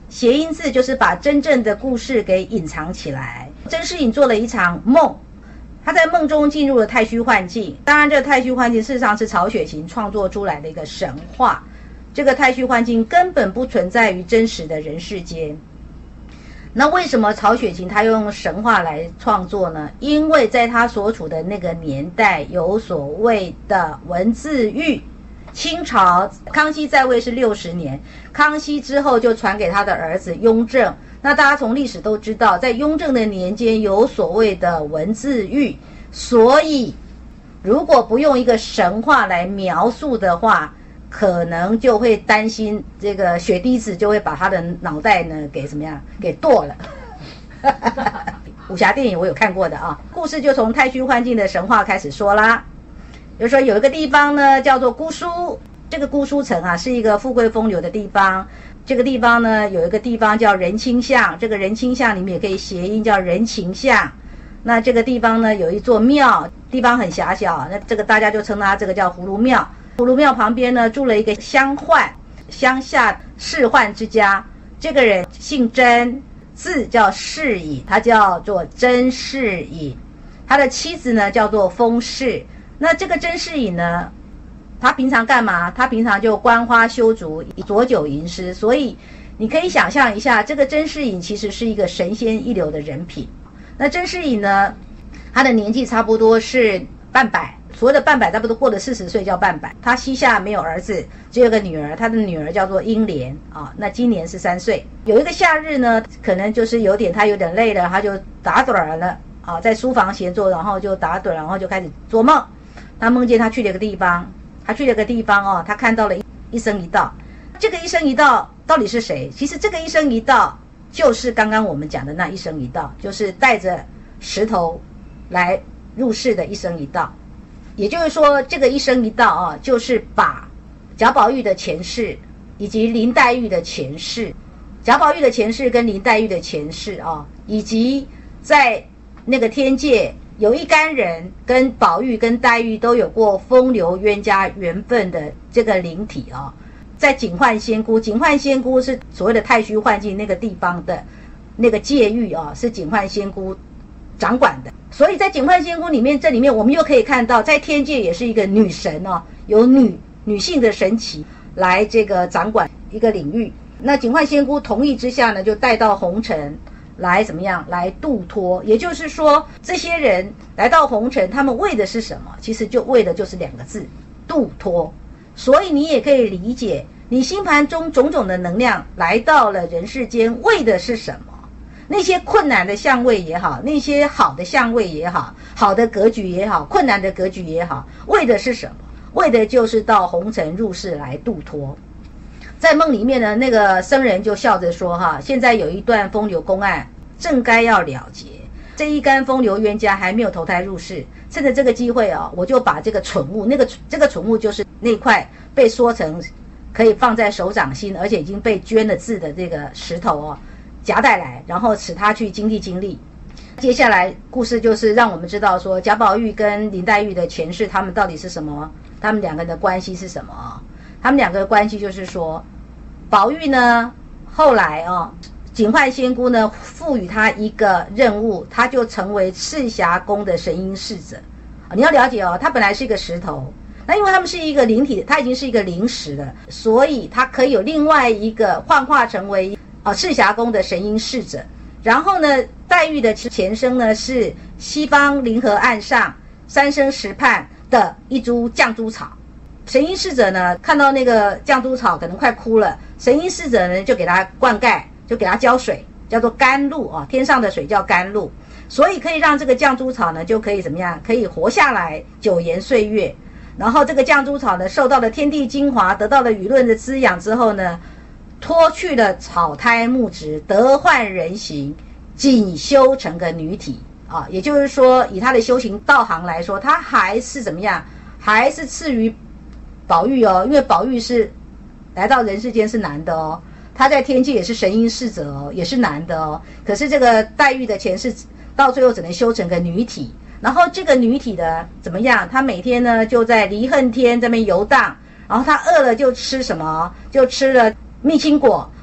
谐音字就是把真正的故事给隐藏起来。甄士隐做了一场梦，他在梦中进入了太虚幻境。当然这个太虚幻境事实上是曹雪芹创作出来的一个神话，这个太虚幻境根本不存在于真实的人世间。那为什么曹雪芹他用神话来创作呢？因为在他所处的那个年代有所谓的文字狱。清朝康熙在位是六十年，康熙之后就传给他的儿子雍正。那大家从历史都知道，在雍正的年间有所谓的文字狱，所以如果不用一个神话来描述的话，可能就会担心这个血滴子就会把他的脑袋呢给怎么样给剁了。武侠电影我有看过的啊，故事就从太虚幻境的神话开始说啦。比如说有一个地方呢叫做姑苏，这个姑苏城啊是一个富贵风流的地方。这个地方呢有一个地方叫人清巷，这个人清巷里面也可以谐音叫人情巷。那这个地方呢有一座庙，地方很狭小，那这个大家就称它这个叫葫芦庙。葫芦庙旁边呢住了一个乡宦，乡下仕宦之家。这个人姓甄，字叫士隐，他叫做甄士隐。他的妻子呢叫做封氏。那这个甄士隐呢，他平常干嘛？他平常就观花修竹，佐酒吟诗。所以你可以想象一下，这个甄士隐其实是一个神仙一流的人品。那甄士隐呢，他的年纪差不多是半百，所谓的半百差不多过了四十岁叫半百。他膝下没有儿子，只有个女儿，他的女儿叫做英莲啊。那今年是三岁。有一个夏日呢，可能就是有点他有点累了，他就打盹儿了啊，在书房闲坐，然后就打盹，然后就开始做梦。他梦见他去了一个地方，他去了一个地方哦，他看到了一一生一道。这个一生一道到底是谁？其实这个一生一道就是刚刚我们讲的那一生一道，就是带着石头来入世的一生一道。也就是说，这个一生一道啊，就是把贾宝玉的前世以及林黛玉的前世，贾宝玉的前世跟林黛玉的前世啊，以及在那个天界有一干人跟宝玉跟黛玉都有过风流冤家缘分的这个灵体啊，在警幻仙姑，警幻仙姑是所谓的太虚幻境那个地方的那个界域啊，是警幻仙姑掌管的。所以在警幻仙姑里面，这里面我们又可以看到，在天界也是一个女神哦，有女女性的神奇来这个掌管一个领域。那警幻仙姑同意之下呢，就带到红尘来怎么样来度脱。也就是说，这些人来到红尘，他们为的是什么？其实就为的就是两个字，度脱。所以你也可以理解，你星盘中种种的能量来到了人世间，为的是什么？那些困难的相位也好，那些好的相位也好，好的格局也好，困难的格局也好，为的是什么？为的就是到红尘入世来度脱。在梦里面呢，那个僧人就笑着说哈，现在有一段风流公案正该要了结，这一干风流冤家还没有投胎入世，趁着这个机会啊，我就把这个蠢物，那个这个蠢物就是那块被说成可以放在手掌心，而且已经被捐了字的这个石头哦，夹带来，然后使他去经历经历。接下来故事就是让我们知道说，贾宝玉跟林黛玉的前世，他们到底是什么？他们两个人的关系是什么啊？他们两个的关系就是说，宝玉呢，后来啊，警幻仙姑呢赋予他一个任务，他就成为赤霞宫的神瑛侍者。你要了解哦，他本来是一个石头，那因为他们是一个灵体，他已经是一个灵石了，所以他可以有另外一个幻化成为啊赤霞宫的神瑛侍者。然后呢，黛玉的前生呢是西方灵河岸上三生石畔的一株绛珠草。神瑛侍者呢看到那个绛珠草可能快枯了，神瑛侍者呢就给它灌溉，就给它浇水，叫做甘露啊，天上的水叫甘露，所以可以让这个绛珠草呢就可以怎么样，可以活下来久延岁月。然后这个绛珠草呢受到了天地精华，得到了舆论的滋养之后呢，脱去了草胎木质，得换人形，仅修成个女体啊。也就是说，以他的修行道行来说，他还是怎么样，还是次于宝玉哦，因为宝玉是来到人世间是男的哦，他在天界也是神瑛侍者哦，也是男的哦。可是这个黛玉的前世到最后只能修成个女体，然后这个女体的怎么样？她每天呢就在离恨天这边游荡，然后她饿了就吃什么？就吃了蜜青果，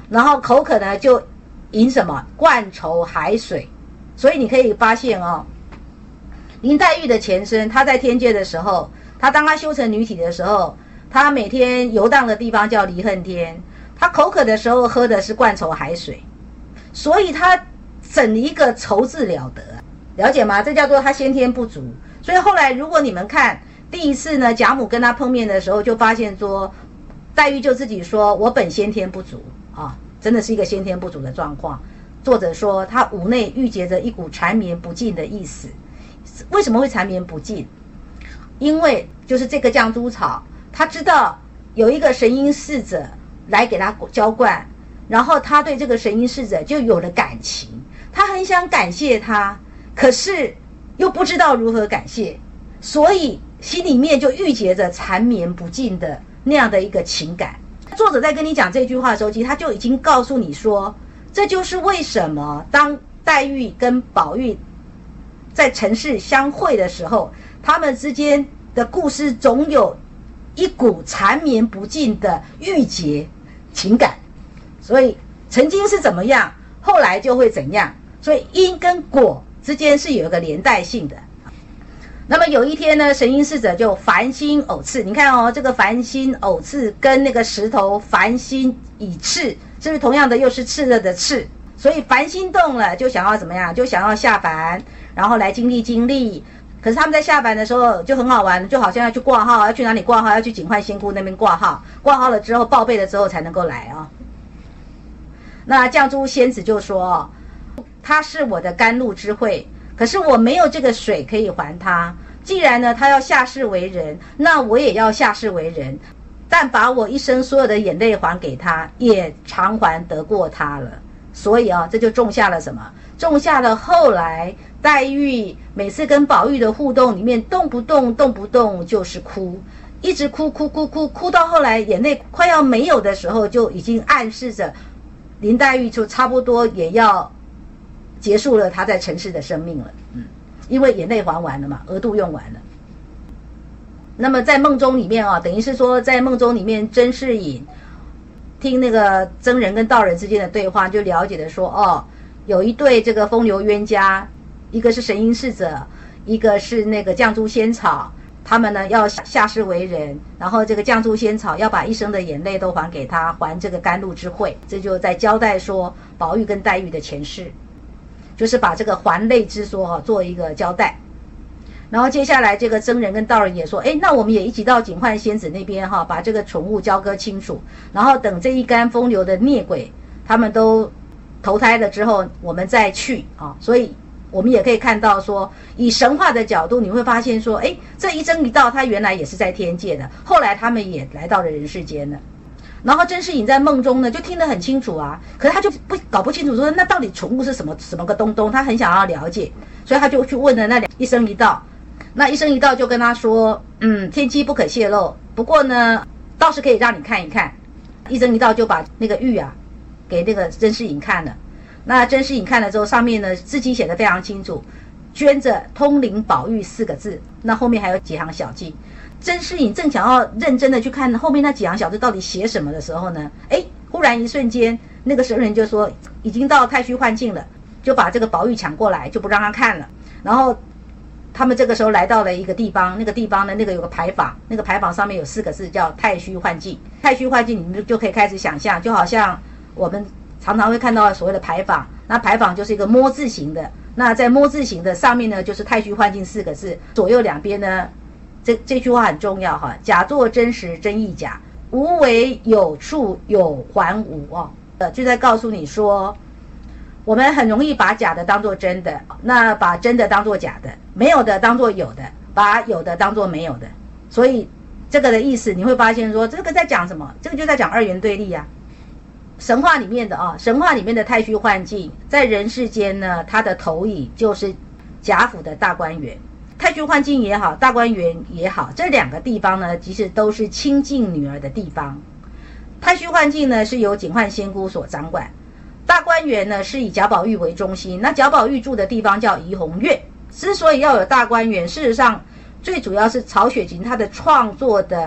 然后口渴呢就饮什么灌愁海水。所以你可以发现哦，林黛玉的前身，她在天界的时候，她当她修成女体的时候，她每天游荡的地方叫离恨天，她口渴的时候喝的是灌愁海水，所以她整一个愁字了得，了解吗？这叫做她先天不足。所以后来如果你们看第一次呢，贾母跟她碰面的时候，就发现说，黛玉就自己说我本先天不足啊，真的是一个先天不足的状况。作者说他五内郁结着一股缠绵不尽的意思。为什么会缠绵不尽？因为就是这个绛珠草，他知道有一个神瑛侍者来给他浇灌，然后他对这个神瑛侍者就有了感情，他很想感谢他，可是又不知道如何感谢，所以心里面就郁结着缠绵不尽的那样的一个情感。作者在跟你讲这句话的时候，其实他就已经告诉你说，这就是为什么当黛玉跟宝玉在尘世相会的时候，他们之间的故事总有一股缠绵不尽的郁结情感。所以曾经是怎么样，后来就会怎样，所以因跟果之间是有一个连带性的。那么有一天呢，神瑛侍者就繁星偶次，你看哦，这个繁星偶次跟那个石头繁星以赤，是不是同样的又是炽热的炽？所以繁星动了，就想要怎么样？就想要下凡，然后来经历经历。可是他们在下凡的时候就很好玩，就好像要去挂号，要去哪里挂号？要去警幻仙姑那边挂号，挂号了之后报备了之后才能够来啊、哦。那绛珠仙子就说，他是我的甘露之惠，可是我没有这个水可以还他。既然呢他要下世为人，那我也要下世为人，但把我一生所有的眼泪还给他，也偿还得过他了。所以啊，这就种下了什么？种下了后来黛玉每次跟宝玉的互动里面，动不动动不动就是哭，一直哭哭哭哭哭到后来眼泪快要没有的时候，就已经暗示着林黛玉就差不多也要结束了她在尘世的生命了。嗯，因为眼泪还完了嘛，额度用完了。那么在梦中里面啊，等于是说在梦中里面，甄士隐听那个僧人跟道人之间的对话，就了解的说，哦，有一对这个风流冤家，一个是神瑛侍者，一个是那个绛珠仙草，他们呢要下世为人，然后这个绛珠仙草要把一生的眼泪都还给他，还这个甘露之惠。这就在交代说宝玉跟黛玉的前世，就是把这个还泪之说哈、啊、做一个交代。然后接下来这个僧人跟道人也说，哎，那我们也一起到警幻仙子那边哈、啊，把这个宠物交割清楚，然后等这一干风流的孽鬼他们都投胎了之后，我们再去啊。所以我们也可以看到说，以神话的角度，你会发现说，哎，这一征一道，他原来也是在天界的，后来他们也来到了人世间了。然后甄士隐在梦中呢，就听得很清楚啊，可是他就不搞不清楚说，那到底宠物是什么什么个东东，他很想要了解，所以他就去问了那两一生一道。那一生一道就跟他说，嗯，天机不可泄露，不过呢，倒是可以让你看一看。一生一道就把那个玉啊，给那个甄士隐看了。那甄士隐看了之后，上面呢字迹写得非常清楚，镌着通灵宝玉四个字，那后面还有几行小记。甄士隐正想要认真的去看后面那几行小字到底写什么的时候呢，哎，忽然一瞬间，那个神人就说已经到太虚幻境了，就把这个宝玉抢过来，就不让他看了。然后他们这个时候来到了一个地方，那个地方呢，那个有个牌坊，那个牌坊上面有四个字叫太虚幻境。太虚幻境，你们就可以开始想象，就好像我们常常会看到所谓的牌坊，那牌坊就是一个摸字形的，那在摸字形的上面呢，就是太虚幻境四个字，左右两边呢，这这句话很重要哈，假作真实真亦假，无为有处有还无哦，呃，就在告诉你说，我们很容易把假的当作真的，那把真的当作假的，没有的当作有的，把有的当作没有的。所以这个的意思你会发现说，这个在讲什么？这个就在讲二元对立啊。神话里面的啊，神话里面的太虚幻境，在人世间呢，它的投影就是贾府的大观园。太虚幻境也好，大观园也好，这两个地方呢，其实都是清净女儿的地方。太虚幻境呢，是由警幻仙姑所掌管。大观园呢是以贾宝玉为中心，那贾宝玉住的地方叫怡红院。之所以要有大观园，事实上最主要是曹雪芹他的创作的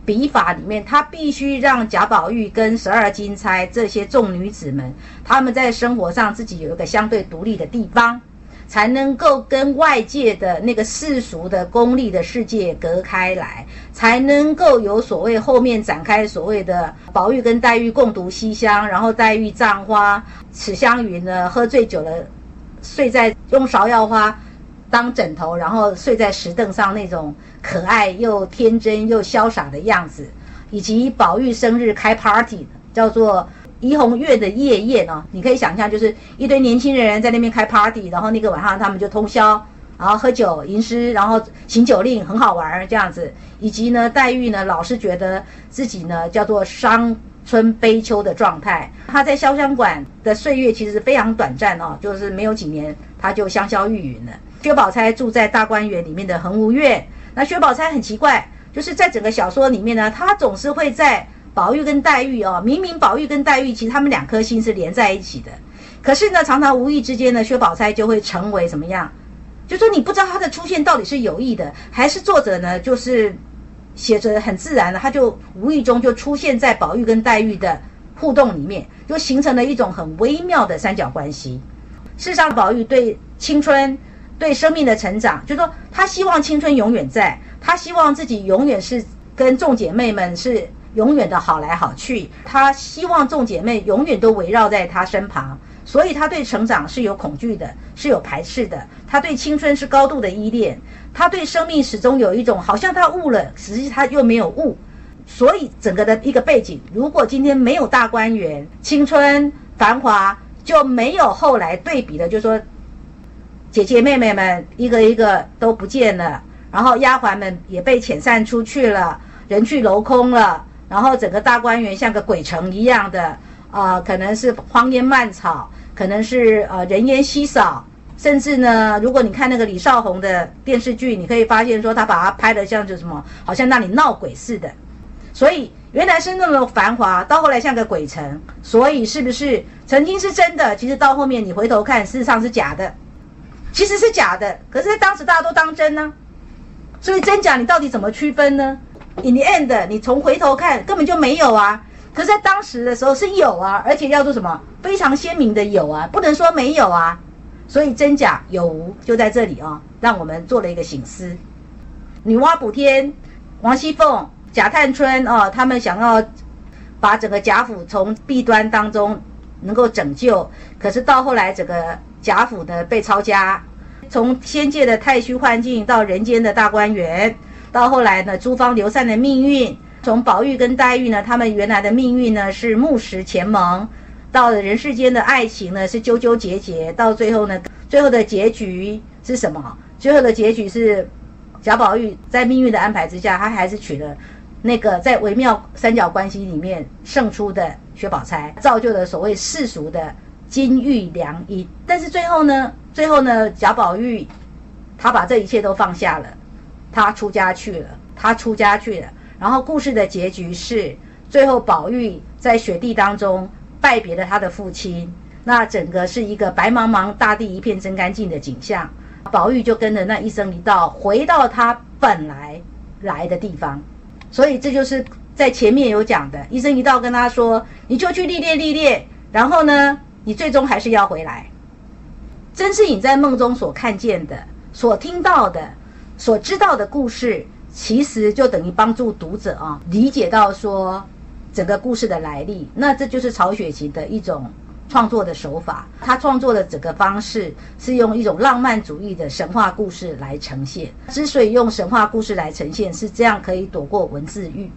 笔法里面，他必须让贾宝玉跟十二金钗这些众女子们，他们在生活上自己有一个相对独立的地方，才能够跟外界的那个世俗的功利的世界隔开来，才能够有所谓后面展开所谓的宝玉跟黛玉共读西厢，然后黛玉葬花，史湘云呢喝醉酒了，睡在用芍药花当枕头，然后睡在石凳上那种可爱又天真又潇洒的样子，以及宝玉生日开 party 叫做怡红院的夜宴哦，你可以想象就是一堆年轻人在那边开 party， 然后那个晚上他们就通宵，然后喝酒吟诗，然后行酒令，很好玩这样子。以及呢，黛玉呢老是觉得自己呢叫做伤春悲秋的状态，她在潇湘馆的岁月其实非常短暂哦，就是没有几年她就香消玉殒了。薛宝钗住在大观园里面的恒芜院，那薛宝钗很奇怪，就是在整个小说里面呢，她总是会在宝玉跟黛玉哦，明明宝玉跟黛玉其实他们两颗心是连在一起的，可是呢，常常无意之间呢，薛宝钗就会成为什么样？就说你不知道她的出现到底是有意的，还是作者呢，就是写着很自然的，他就无意中就出现在宝玉跟黛玉的互动里面，就形成了一种很微妙的三角关系。事实上，宝玉对青春、对生命的成长，就是说他希望青春永远在，他希望自己永远是跟众姐妹们是永远的好来好去，他希望众姐妹永远都围绕在他身旁，所以他对成长是有恐惧的，是有排斥的，他对青春是高度的依恋，他对生命始终有一种好像他悟了，实际他又没有悟。所以整个的一个背景，如果今天没有大观园、青春繁华，就没有后来对比的，就是说姐姐妹妹们一个一个都不见了，然后丫鬟们也被遣散出去了，人去楼空了，然后整个大观园像个鬼城一样的，呃，可能是荒烟蔓草，可能是呃人烟稀少，甚至呢，如果你看那个李少红的电视剧，你可以发现说他把它拍得像就什么，好像那里闹鬼似的。所以原来是那么繁华，到后来像个鬼城，所以是不是曾经是真的，其实到后面你回头看，事实上是假的，其实是假的，可是在当时大家都当真呢、啊，所以真假你到底怎么区分呢？ In the end， 你从回头看根本就没有啊，可是在当时的时候是有啊，而且要做什么非常鲜明的有啊，不能说没有啊，所以真假有无就在这里啊，让我们做了一个省思。女娲补天、王熙凤、贾探春哦，他们想要把整个贾府从弊端当中能够拯救，可是到后来整个贾府呢被抄家，从仙界的太虚幻境到人间的大观园，到后来呢诸方流散的命运，从宝玉跟黛玉呢他们原来的命运呢是木石前盟，到了人世间的爱情呢是纠纠结结，到最后呢最后的结局是什么？最后的结局是贾宝玉在命运的安排之下，他还是娶了那个在微妙三角关系里面胜出的薛宝钗，造就了所谓世俗的金玉良姻。但是最后呢，最后呢，贾宝玉他把这一切都放下了，他出家去了，他出家去了。然后故事的结局是，最后宝玉在雪地当中拜别了他的父亲，那整个是一个白茫茫大地一片真干净的景象。宝玉就跟着那一生一道回到他本来来的地方。所以这就是在前面有讲的，一生一道跟他说，你就去历练历练，然后呢你最终还是要回来。甄士隐在梦中所看见的、所听到的、所知道的故事，其实就等于帮助读者啊理解到说整个故事的来历。那这就是曹雪芹的一种创作的手法，他创作的整个方式是用一种浪漫主义的神话故事来呈现。之所以用神话故事来呈现，是这样可以躲过文字狱。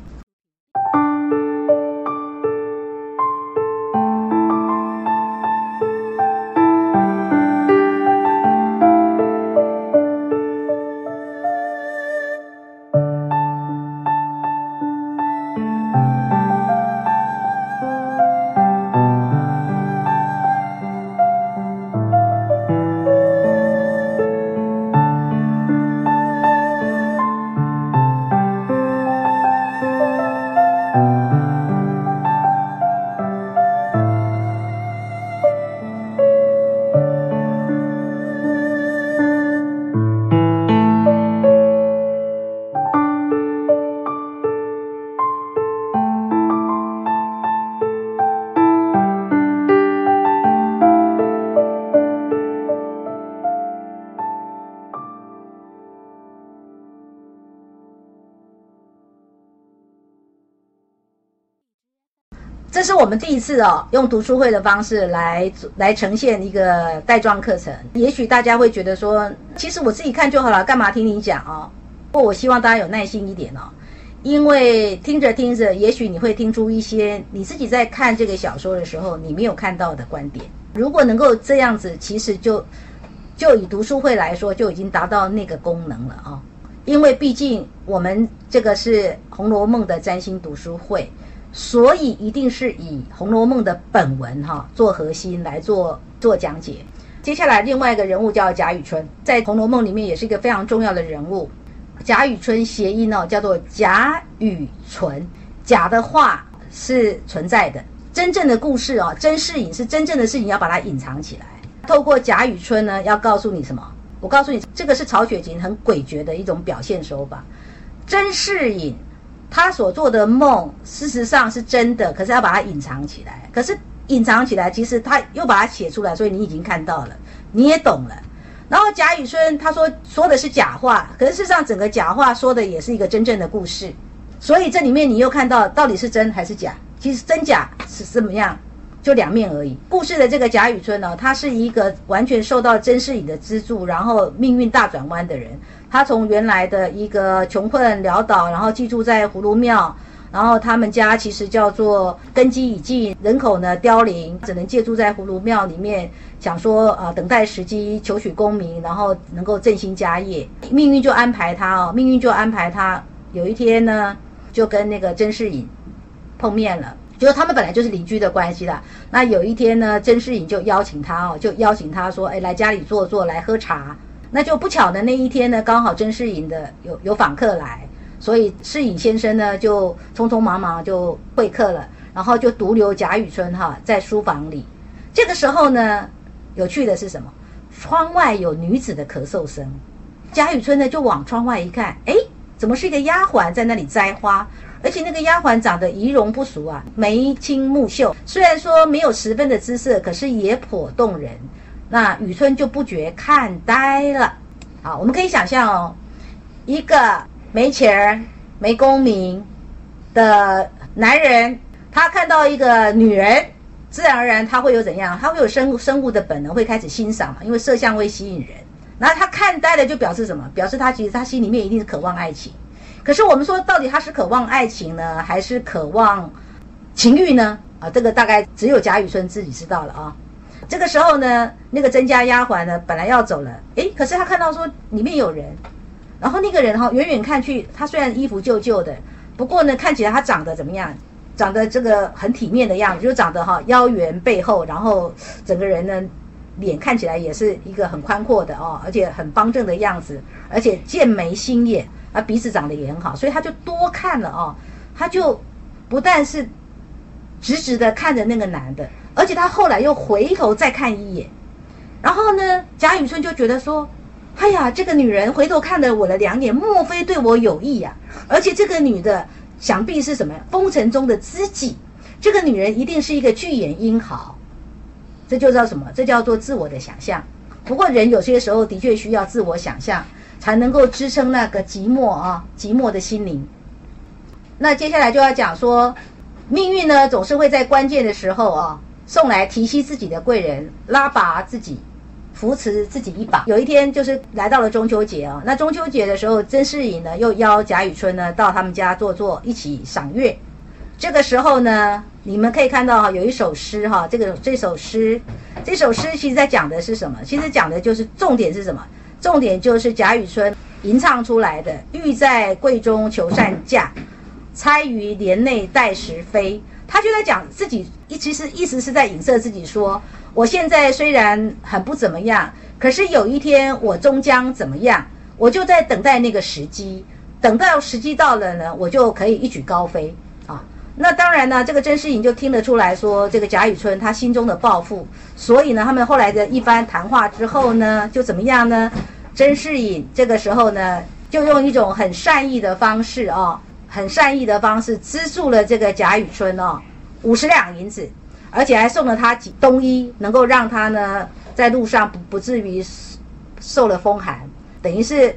这是我们第一次哦，用读书会的方式来来呈现一个带状课程。也许大家会觉得说，其实我自己看就好了，干嘛听你讲哦？不过我希望大家有耐心一点哦，因为听着听着，也许你会听出一些你自己在看这个小说的时候你没有看到的观点。如果能够这样子，其实就就以读书会来说，就已经达到那个功能了哦。因为毕竟我们这个是《红楼梦》的占星读书会，所以一定是以《红楼梦》的本文哈、哦、做核心来做做讲解。接下来另外一个人物叫贾雨村，在《红楼梦》里面也是一个非常重要的人物。贾雨村谐音哦叫做贾雨存，假的话是存在的，真正的故事哦，甄士隐是真正的事情要把它隐藏起来。透过贾雨村呢，要告诉你什么？我告诉你，这个是曹雪芹很诡谲的一种表现手法。甄士隐他所做的梦事实上是真的，可是要把它隐藏起来。可是隐藏起来，其实他又把它写出来，所以你已经看到了，你也懂了。然后贾雨村他说说的是假话，可是事实上整个假话说的也是一个真正的故事。所以这里面你又看到到底是真还是假，其实真假是怎么样，就两面而已。故事的这个贾雨村呢，他是一个完全受到甄士隐的资助，然后命运大转弯的人。他从原来的一个穷困潦倒，然后寄住在葫芦庙，然后他们家其实叫做根基已尽，人口呢凋零，只能借住在葫芦庙里面，想说呃等待时机求取功名，然后能够振兴家业。命运就安排他哦，命运就安排他有一天呢，就跟那个甄士隐碰面了。就是他们本来就是邻居的关系啦。那有一天呢，甄士隐就邀请他哦，就邀请他说，哎，来家里坐坐，来喝茶。那就不巧的那一天呢，刚好甄士隐的有有访客来，所以士隐先生呢就匆匆忙忙就会客了，然后就独留贾雨村哈在书房里。这个时候呢，有趣的是什么？窗外有女子的咳嗽声。贾雨村呢就往窗外一看，哎，怎么是一个丫鬟在那里摘花？而且那个丫鬟长得仪容不俗啊，眉清目秀，虽然说没有十分的姿色，可是也颇动人。那雨村就不觉看呆了。好，我们可以想象哦，一个没钱没功名的男人，他看到一个女人，自然而然他会有怎样？他会有生生物的本能，会开始欣赏嘛，因为色相会吸引人。然后他看呆了，就表示什么？表示他其实他心里面一定是渴望爱情。可是我们说，到底他是渴望爱情呢，还是渴望情欲呢？啊，这个大概只有贾雨村自己知道了啊。这个时候呢，那个甄家丫鬟呢，本来要走了，诶，可是他看到说里面有人，然后那个人哈、哦，远远看去，他虽然衣服旧旧的，不过呢，看起来他长得怎么样？长得这个很体面的样子，就长得哈、哦、腰圆背厚，然后整个人呢，脸看起来也是一个很宽阔的哦，而且很方正的样子，而且剑眉星眼。啊，鼻子长得也很好，所以他就多看了哦。他就不但是直直的看着那个男的，而且他后来又回头再看一眼。然后呢，贾雨村就觉得说：“哎呀，这个女人回头看了我的两眼，莫非对我有意呀、啊？而且这个女的想必是什么风尘中的知己，这个女人一定是一个巨眼英豪。”这就叫什么？这叫做自我的想象。不过人有些时候的确需要自我想象，才能够支撑那个寂寞啊，寂寞的心灵。那接下来就要讲说，命运呢总是会在关键的时候啊，送来提携自己的贵人，拉拔自己，扶持自己一把。有一天就是来到了中秋节啊，那中秋节的时候，甄士隐呢又邀贾雨村呢到他们家坐坐，一起赏月。这个时候呢，你们可以看到哈，有一首诗哈，这个这首诗，这首诗其实在讲的是什么？其实讲的就是重点是什么？重点就是贾雨村吟唱出来的“欲在柜中求善价，猜于帘内待时飞”。他就在讲自己，其实意思是在影射自己说，我现在虽然很不怎么样，可是有一天我终将怎么样？我就在等待那个时机，等到时机到了呢，我就可以一举高飞啊。那当然呢，这个甄士隐就听得出来说，这个贾雨村他心中的抱负，所以呢，他们后来的一番谈话之后呢，就怎么样呢？甄士隐这个时候呢，就用一种很善意的方式啊，很善意的方式资助了这个贾雨村哦五十两银子，而且还送了他几冬衣，能够让他呢在路上不不至于受了风寒，等于是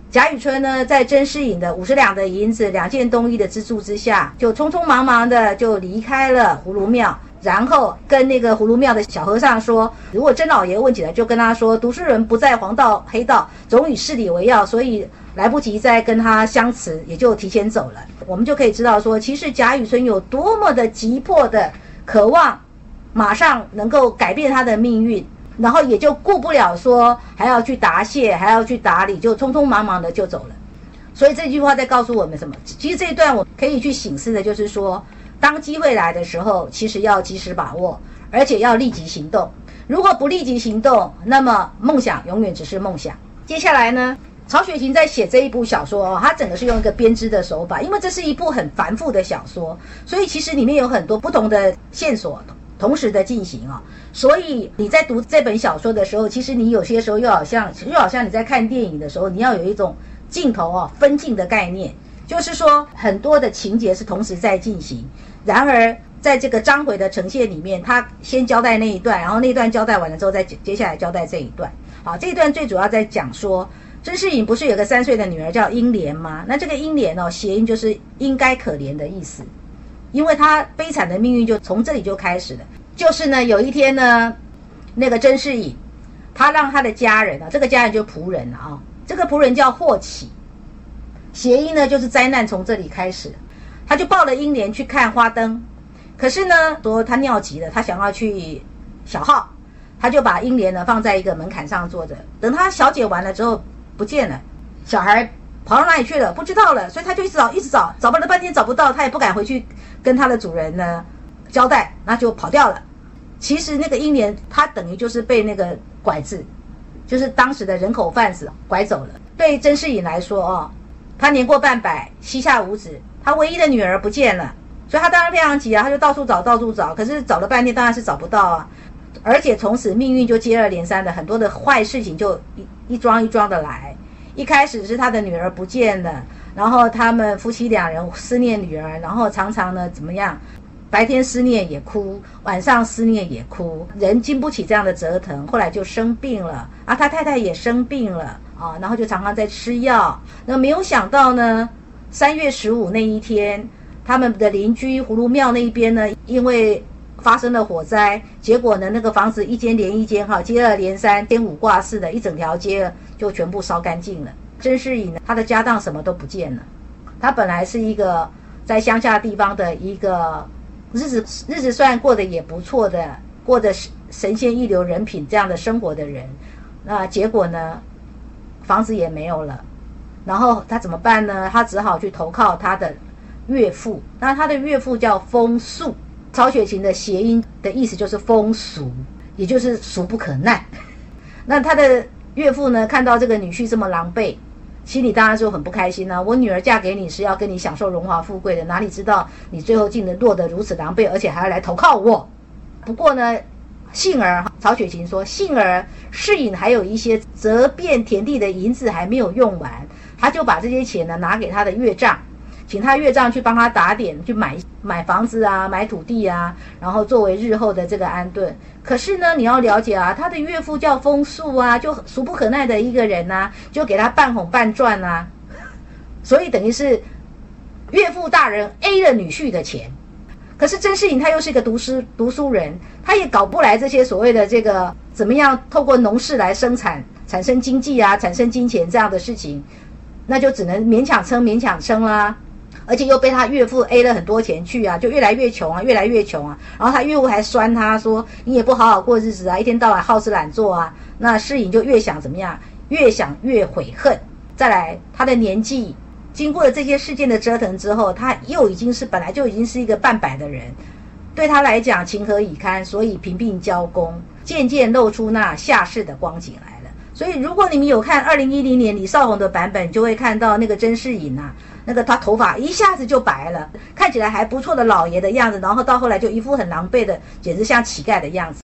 贾雨村呢，在甄士隐的五十两的银子、两件冬衣的资助之下，就匆匆忙忙的就离开了葫芦庙，然后跟那个葫芦庙的小和尚说，如果甄老爷问起来，就跟他说，读书人不在黄道黑道，总以事理为要，所以来不及再跟他相辞，也就提前走了。我们就可以知道说，其实贾雨村有多么的急迫的渴望，马上能够改变他的命运。然后也就顾不了说还要去答谢，还要去打理，就匆匆忙忙的就走了。所以这句话在告诉我们什么？其实这一段我可以去省思的就是说，当机会来的时候，其实要及时把握，而且要立即行动。如果不立即行动，那么梦想永远只是梦想。接下来呢，曹雪芹在写这一部小说哦，他整个是用一个编织的手法，因为这是一部很繁复的小说，所以其实里面有很多不同的线索同时的进行啊、哦，所以你在读这本小说的时候，其实你有些时候又好像又好像你在看电影的时候，你要有一种镜头啊、哦、分镜的概念，就是说很多的情节是同时在进行。然而在这个章回的呈现里面，他先交代那一段，然后那一段交代完了之后，再接下来交代这一段。好，这一段最主要在讲说，甄士隐不是有个三岁的女儿叫英莲吗？那这个英莲哦，谐音就是应该可怜的意思。因为他悲惨的命运就从这里就开始了，就是呢，有一天呢，那个甄士隐，他让他的家人啊，这个家人就是仆人啊，这个仆人叫霍启，谐音呢就是灾难从这里开始，他就抱了英莲去看花灯，可是呢，说他尿急了，他想要去小号，他就把英莲呢放在一个门槛上坐着，等他小解完了之后不见了，小孩跑到哪里去了？不知道了，所以他就一直找，一直找，找了半天找不到，他也不敢回去跟他的主人呢交代，那就跑掉了。其实那个英莲，他等于就是被那个拐子，就是当时的人口贩子拐走了。对甄士隐来说哦，他年过半百，膝下无子，他唯一的女儿不见了，所以他当然非常急啊，他就到处找，到处找，可是找了半天当然是找不到啊。而且从此命运就接二连三的，很多的坏事情就一一桩一桩的来。一开始是他的女儿不见了，然后他们夫妻两人思念女儿，然后常常呢怎么样，白天思念也哭，晚上思念也哭，人经不起这样的折腾，后来就生病了啊，他太太也生病了啊，然后就常常在吃药。那没有想到呢，三月十五那一天，他们的邻居葫芦庙那一边呢，因为发生了火灾，结果呢那个房子一间连一间哈，接二连三，天五挂四的一整条街就全部烧干净了。甄士隐呢，他的家当什么都不见了。他本来是一个在乡下地方的一个日子日子虽然过得也不错的，过着神仙一流人品这样的生活的人，那结果呢，房子也没有了。然后他怎么办呢？他只好去投靠他的岳父。那他的岳父叫风素。曹雪芹的谐音的意思就是风俗，也就是俗不可耐。那他的岳父呢，看到这个女婿这么狼狈，心里当然就很不开心啊。我女儿嫁给你是要跟你享受荣华富贵的，哪里知道你最后竟能落得如此狼狈，而且还要来投靠我。不过呢，幸而曹雪芹说，幸而士隐还有一些折遍田地的银子还没有用完，他就把这些钱呢拿给他的岳丈，请他岳丈去帮他打点，去买买房子啊，买土地啊，然后作为日后的这个安顿。可是呢，你要了解啊，他的岳父叫风素啊，就俗不可耐的一个人啊，就给他半哄半赚啊，所以等于是岳父大人 A 了女婿的钱。可是甄士隐他又是一个读书读书人，他也搞不来这些所谓的这个怎么样透过农事来生产，产生经济啊，产生金钱这样的事情，那就只能勉强撑勉强撑啦。而且又被他岳父 A 了很多钱去啊，就越来越穷啊，越来越穷啊。然后他岳父还酸他说，你也不好好过日子啊，一天到晚好吃懒做啊。那士隐就越想怎么样，越想越悔恨。再来他的年纪经过了这些事件的折腾之后，他又已经是本来就已经是一个半百的人，对他来讲情何以堪，所以贫病交工，渐渐露出那下世的光景来了。所以如果你们有看二零一零年李少红的版本，就会看到那个甄士隐啊，那个他头发一下子就白了，看起来还不错的老爷的样子，然后到后来就一副很狼狈的，简直像乞丐的样子。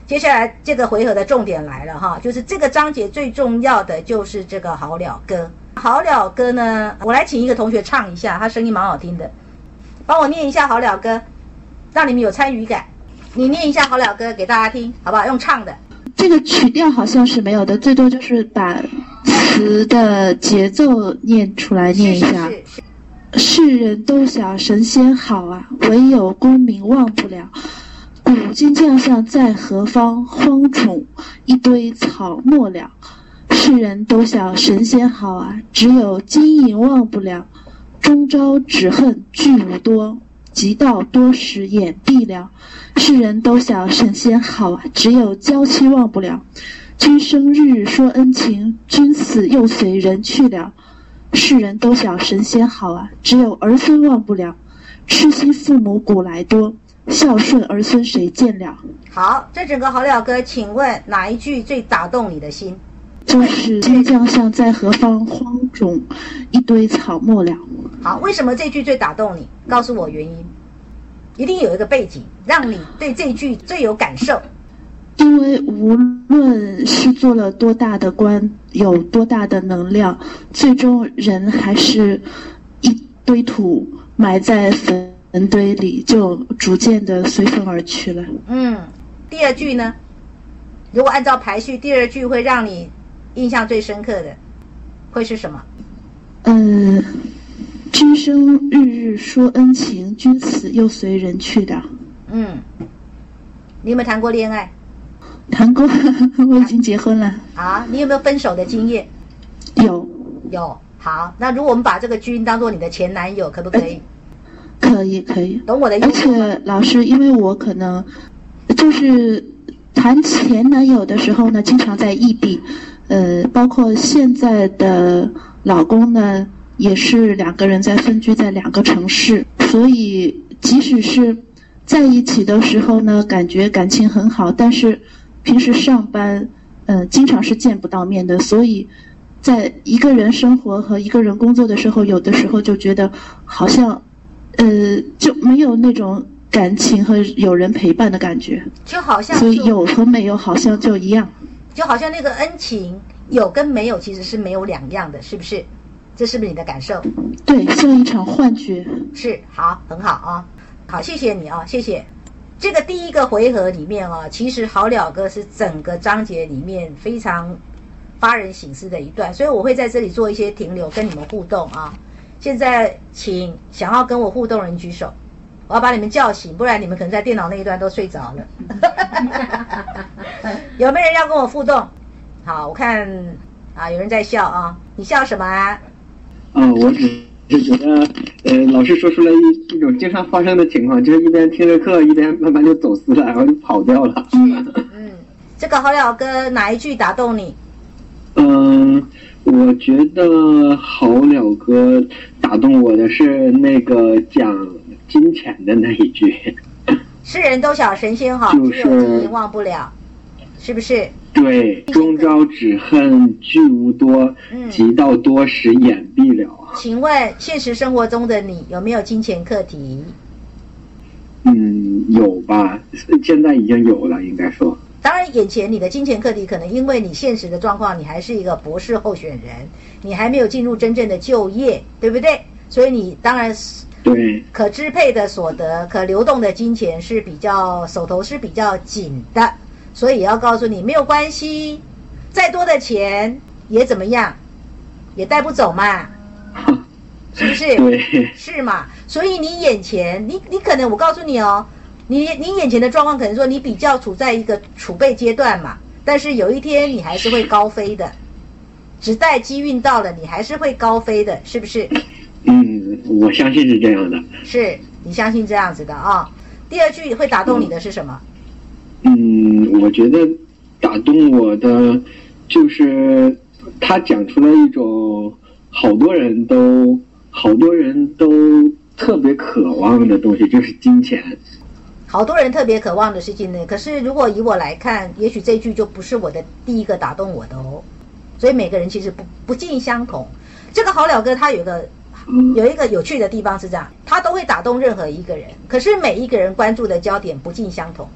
接下来这个回合的重点来了哈，就是这个章节最重要的就是这个好了歌。好了歌呢，我来请一个同学唱一下，他声音蛮好听的，帮我念一下好了歌，让你们有参与感。你念一下好了歌给大家听，好不好？用唱的。 这个曲调好像是没有的，最多就是把词的节奏念出来念一下。 是是是。 世人都想神仙好啊，唯有功名忘不了。古今将相在何方？荒冢一堆草没了。世人都想神仙好啊，只有金银忘不了。终朝只恨聚无多，及到多时眼闭了。世人都想神仙好啊，只有娇妻忘不了。君生日日说恩情，君死又随人去了。世人都想神仙好啊，只有儿孙忘不了。痴心父母古来多，孝顺儿孙谁见了？ 好，这整个好了歌，请问哪一句最打动你的心？ 就是金将相在何方？荒冢一堆草没了。 好，为什么这句最打动你？告诉我原因。一定有一个背景，让你对这句最有感受。 因为无论是做了多大的官，有多大的能量，最终人还是一堆土埋在坟堆里，就逐渐的随风而去了。 嗯，第二句呢？如果按照排序，第二句会让你印象最深刻的会是什么？ 嗯。君生日日说恩情，君死又随人去的。 嗯，你有没有谈过恋爱？ 谈过，我已经结婚了。 啊，你有没有分手的经验？ 有。 有。好，那如果我们把这个君当做你的前男友，可不可以？ 可以，可以。 懂我的意思吗？ 而且老师，因为我可能就是谈前男友的时候呢，经常在异地，呃，包括现在的老公呢。也是两个人在分居在两个城市，所以即使是在一起的时候呢，感觉感情很好，但是平时上班，呃，经常是见不到面的，所以在一个人生活和一个人工作的时候，有的时候就觉得好像，呃，就没有那种感情和有人陪伴的感觉， 就好像所以有和没有好像就一样， 就好像那个恩情有跟没有其实是没有两样的，是不是？这是不是你的感受？ 对，像一场幻觉。 是，好，很好啊，好，谢谢你啊，谢谢。这个第一个回合里面啊，其实好了歌是整个章节里面非常发人省思的一段，所以我会在这里做一些停留，跟你们互动啊。现在请想要跟我互动的人举手，我要把你们叫醒，不然你们可能在电脑那一端都睡着了。有没有人要跟我互动？好，我看啊，有人在笑啊，你笑什么啊？ 啊，我只是觉得，呃，老师说出来一一种经常发生的情况，就是一边听着课，一边慢慢就走失了，然后就跑掉了。 嗯，这个好了歌哪一句打动你？ 嗯，我觉得好了歌打动我的是那个讲金钱的那一句。 世人都想神仙好， 就是只有金银忘不了，是不是？ 对，终朝只恨聚无多， 嗯， 及到多时眼闭了。 请问现实生活中的你有没有金钱课题？ 嗯，有吧，现在已经有了，应该说。 当然，眼前你的金钱课题可能因为你现实的状况，你还是一个博士候选人，你还没有进入真正的就业，对不对？所以你当然是对可支配的所得、可流动的金钱是比较手头是比较紧的。所以也要告诉你，没有关系，再多的钱也怎么样，也带不走嘛，是不是？ 对， 是嘛？所以你眼前，你你可能，我告诉你哦，你你眼前的状况可能说你比较处在一个储备阶段嘛，但是有一天你还是会高飞的，只待机运到了，你还是会高飞的，是不是？ 嗯，我相信是这样的。 是你相信这样子的啊、哦？第二句会打动你的是什么？ 嗯，我觉得打动我的就是他讲出了一种好多人都好多人都特别渴望的东西，就是金钱。 好多人特别渴望的是金钱，可是如果以我来看，也许这句就不是我的第一个打动我的哦。所以每个人其实不不尽相同。这个好了歌它有一个有一个有趣的地方是这样，它都会打动任何一个人，可是每一个人关注的焦点不尽相同。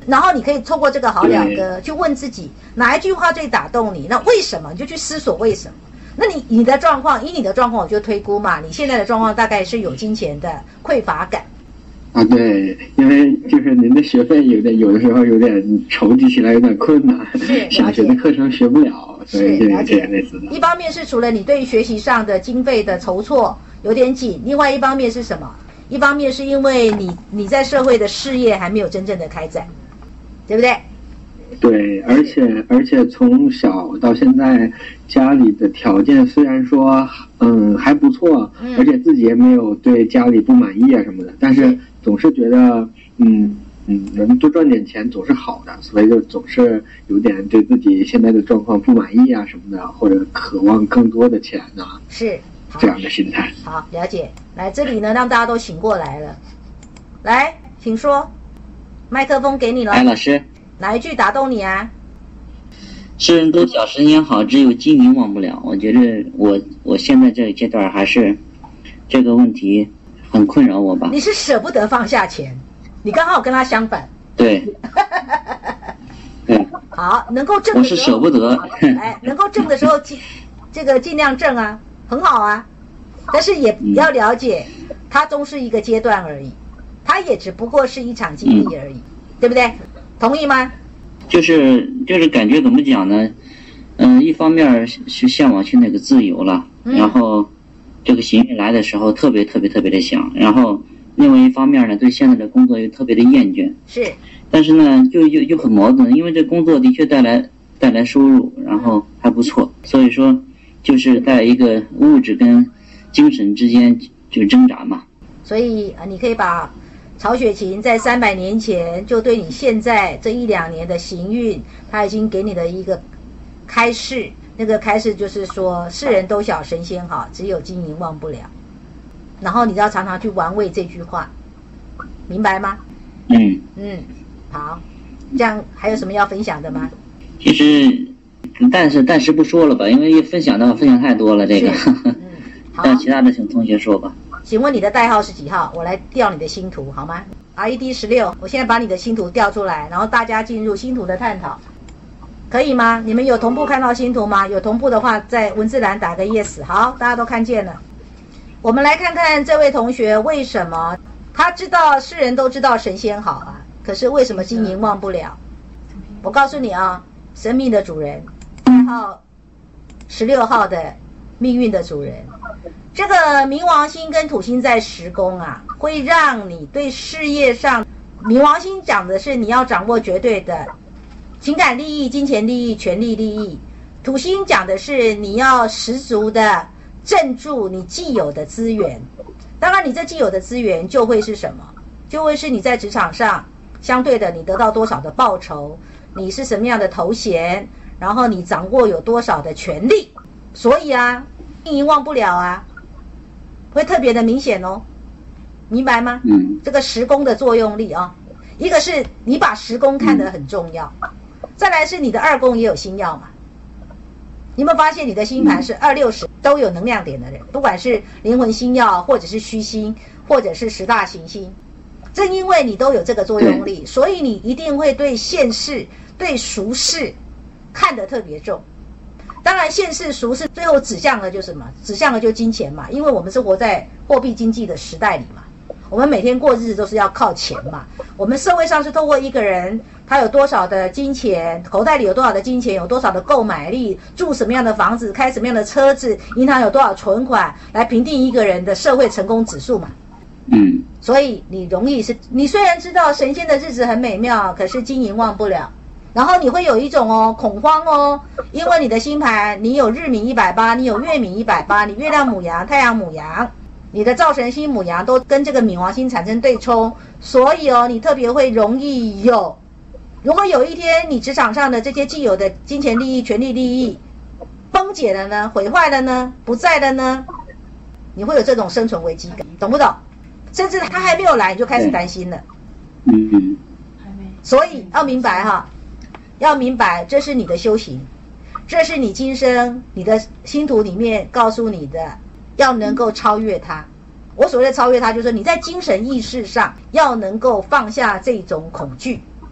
然后你可以透过这个好了歌去问自己哪一句话最打动你，那为什么你就去思索为什么。那你你的状况，以你的状况我就推估嘛，你现在的状况大概是有金钱的匮乏感啊，对，因为就是您的学费有点有的时候有点筹集起来有点困难，想学的课程学不了，所以这这类似的。 一方面是除了你对于学习上的经费的筹措有点紧，另外一方面是什么？一方面是因为你你在社会的事业还没有真正的开展，对不对？ 对，而且而且从小到现在，家里的条件虽然说嗯还不错，嗯、而且自己也没有对家里不满意啊什么的，但是总是觉得嗯嗯能多赚点钱总是好的，所以就总是有点对自己现在的状况不满意啊什么的，或者渴望更多的钱啊， 是这样的心态。 好，了解。来这里呢，让大家都醒过来了。来，请说，麦克风给你了。 哎，老师。 哪一句打动你啊？ 世人都晓神仙好，只有精明忘不了。我觉得我我现在这个阶段还是这个问题很困扰我吧。 你是舍不得放下钱，你刚好跟他相反。 对。对。 好，能够挣的时候。 我是舍不得。 哎，能够挣的时候尽这个尽量挣啊，很好啊。但是也要了解，嗯、它终是一个阶段而已，它也只不过是一场经历而已，嗯、对不对？同意吗？ 就是就是感觉怎么讲呢？嗯，一方面是向往去那个自由了，嗯、然后这个行运来的时候特别特别特别的想，然后另外一方面呢，对现在的工作又特别的厌倦。 是。 但是呢，就又又很矛盾，因为这工作的确带来带来收入，然后还不错，所以说就是在一个物质跟精神之间就挣扎嘛。 所以啊，你可以把曹雪芹在三百年前就对你现在这一两年的行运，他已经给你的一个开示。那个开示就是说，世人都晓神仙好，只有金银忘不了。然后你要常常去玩味这句话，明白吗？ 嗯嗯，好，这样还有什么要分享的吗？ 其实，但是暂时不说了吧，因为分享的分享太多了，这个。嗯，好。让其他的请同学说吧。 请问你的代号是几号？我来调你的星图好吗 ？R E D 十六，我现在把你的星图调出来，然后大家进入星图的探讨，可以吗？你们有同步看到星图吗？有同步的话，在文字栏打个 yes。好，大家都看见了。我们来看看这位同学为什么他知道世人都知道神仙好啊，可是为什么金银忘不了？我告诉你啊，生命的主人，代号十六号的命运的主人。这个冥王星跟土星在十宫啊，会让你对事业上，冥王星讲的是你要掌握绝对的情感利益、金钱利益、权力利益，土星讲的是你要十足的镇住你既有的资源。当然你这既有的资源就会是什么？就会是你在职场上相对的你得到多少的报酬，你是什么样的头衔，然后你掌握有多少的权利。所以啊，金银忘不了啊，会特别的明显哦，明白吗？ 嗯， 这个十宫的作用力啊，一个是你把十宫看得很重要，嗯、再来是你的二宫也有星曜嘛。你有没有发现你的星盘是二六十都有能量点的人，不管是灵魂星曜，或者是虚星，或者是十大行星，正因为你都有这个作用力，所以你一定会对现世、对俗世看得特别重。当然现世俗世最后指向的就是什么？指向的就是金钱嘛，因为我们是活在货币经济的时代里嘛，我们每天过日子都是要靠钱嘛。我们社会上是透过一个人他有多少的金钱，口袋里有多少的金钱，有多少的购买力，住什么样的房子，开什么样的车子，银行有多少存款，来评定一个人的社会成功指数嘛。 嗯， 所以你容易是，你虽然知道神仙的日子很美妙，可是金银忘不了。然后你会有一种哦恐慌哦，因为你的星盘，你有日冥一百八，你有月冥一百八，你月亮牡羊，太阳牡羊，你的灶神星牡羊都跟这个冥王星产生对冲，所以哦，你特别会容易有，如果有一天你职场上的这些既有的金钱利益、权力利益崩解了呢，毁坏了呢，不在了呢，你会有这种生存危机感，懂不懂？甚至他还没有来，你就开始担心了。 嗯嗯， 所以要明白哈。要明白，这是你的修行，这是你今生你的星图里面告诉你的，要能够超越它。我所谓的超越它，就是你在精神意识上要能够放下这种恐惧，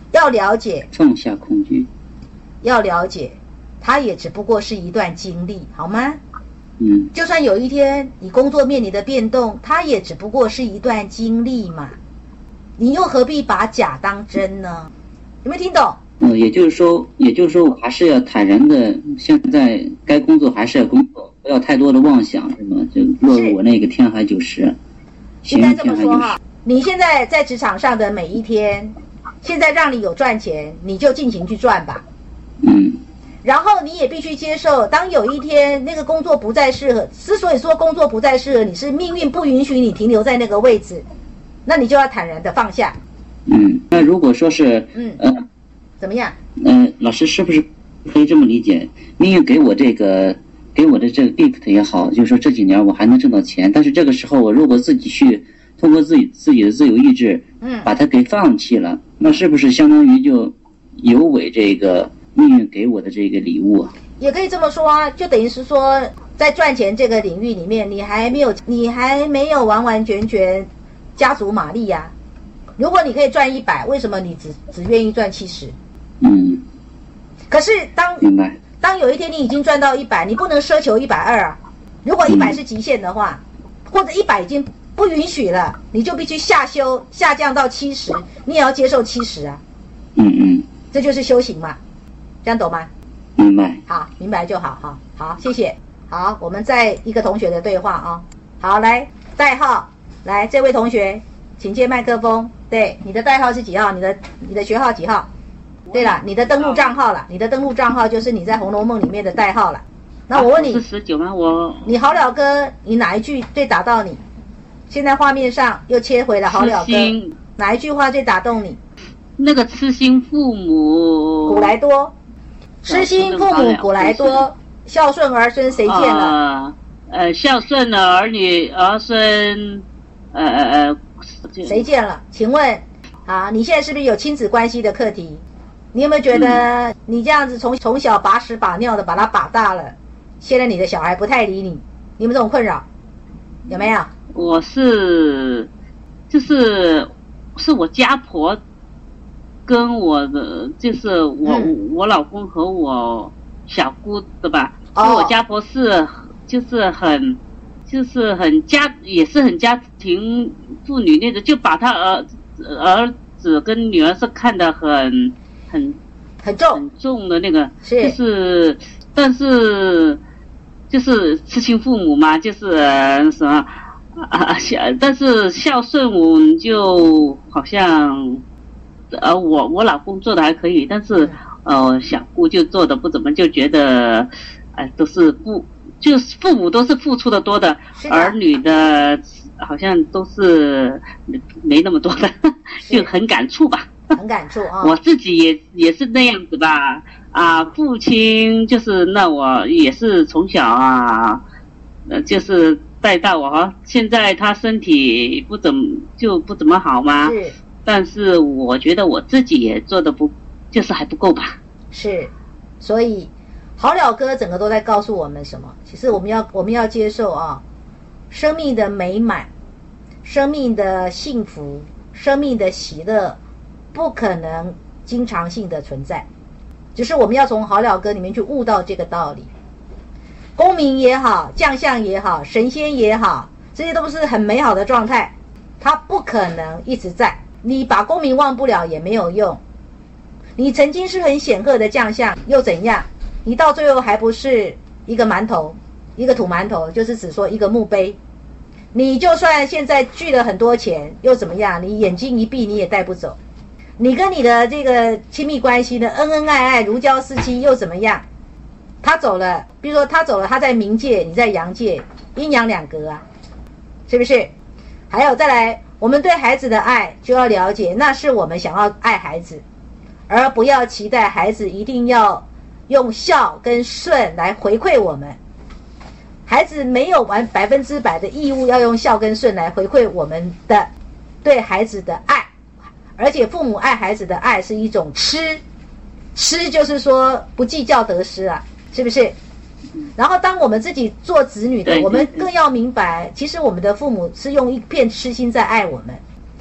要了解， 放下恐惧， 要了解，它也只不过是一段经历，好吗？ 嗯， 就算有一天你工作面临的变动，它也只不过是一段经历嘛，你又何必把假当真呢？有没有听懂？ 嗯，也就是说，也就是说，我还是要坦然的，现在该工作还是要工作，不要太多的妄想，是吗？就落入我那个天海九十， 应该这么说哈。你现在在职场上的每一天，现在让你有赚钱，你就尽情去赚吧。 嗯。 然后你也必须接受，当有一天那个工作不再适合，之所以说工作不再适合你，是命运不允许你停留在那个位置，那你就要坦然的放下。 嗯，那如果说是， 嗯， 呃， 怎么样？ 呃，老师是不是可以这么理解？命运给我这个，给我的这个 gift 也好，就是说这几年我还能挣到钱，但是这个时候我如果自己去通过自己自己的自由意志， 嗯， 把它给放弃了，那是不是相当于就有违这个命运给我的这个礼物啊？ 也可以这么说啊，就等于是说，在赚钱这个领域里面，你还没有，你还没有完完全全加足马力呀、啊。如果你可以赚一百，为什么你只只愿意赚七十？ 嗯。 可是当明白， 当有一天你已经赚到一百，你不能奢求一百二啊。如果一百是极限的话，嗯、或者一百已经不允许了，你就必须下修下降到七十，你也要接受七十啊。 嗯嗯。 这就是修行嘛，这样懂吗？ 明白。 好，明白就好。好，好，谢谢。好，我们再一个同学的对话啊。好，来代号，来这位同学，请借麦克风。对，你的代号是几号？你的你的学号几号？对了，你的登录账号了，你的登录账号就是你在《红楼梦》里面的代号了。那我问你， 是十九吗？我你好了哥，你哪一句最打到你？现在画面上又切回了好了哥，哪一句话最打动你？ 那个痴心父母， 古来多，痴心父母古来多，孝顺儿孙谁见了？ 呃，呃孝顺的儿女儿孙，呃呃呃， 谁见了？请问，啊，你现在是不是有亲子关系的课题？你有没有觉得你这样子从从小把屎把尿的把他把大了，现在你的小孩不太理你，你有没有这种困扰？有没有？ 我是，就是是我家婆跟我的，就是我、嗯、我老公和我小姑的吧。因为我家婆是就是很就是很家也是很家庭妇女那种，就把他儿儿子跟女儿是看得很很很重很重的那个， 是就是但是就是痴心父母嘛，就是什么啊孝，但是孝顺我就好像呃我我老公做的还可以，但是呃小姑就做的不怎么，就觉得呃都是父就是父母都是付出的多的，儿女的好像都是没那么多的，就很感触吧。 很感触啊！ 我自己也也是那样子吧，啊，父亲就是那我也是从小啊，呃，就是带到我哈。现在他身体不怎么就不怎么好嘛， 是， 但是我觉得我自己也做的不，就是还不够吧。 是，所以好了哥整个都在告诉我们什么？其实我们要我们要接受啊，生命的美满，生命的幸福，生命的喜乐。不可能经常性的存在，只是我们要从好了歌里面去悟到这个道理。功名也好，将相也好，神仙也好，这些都是很美好的状态，它不可能一直在。你把功名忘不了也没有用，你曾经是很显赫的将相又怎样？你到最后还不是一个馒头，一个土馒头，就是只说一个墓碑。你就算现在聚了很多钱又怎么样？你眼睛一闭你也带不走。你跟你的这个亲密关系的恩恩爱爱如胶似漆又怎么样？他走了，比如说他走了，他在冥界，你在阳界，阴阳两隔啊，是不是？还有再来，我们对孩子的爱就要了解，那是我们想要爱孩子，而不要期待孩子一定要用孝跟顺来回馈我们。孩子没有完百分之百的义务要用孝跟顺来回馈我们的对孩子的爱。而且父母爱孩子的爱是一种吃，吃就是说不计较得失啊，是不是？然后当我们自己做子女的，我们更要明白，其实我们的父母是用一片痴心在爱我们。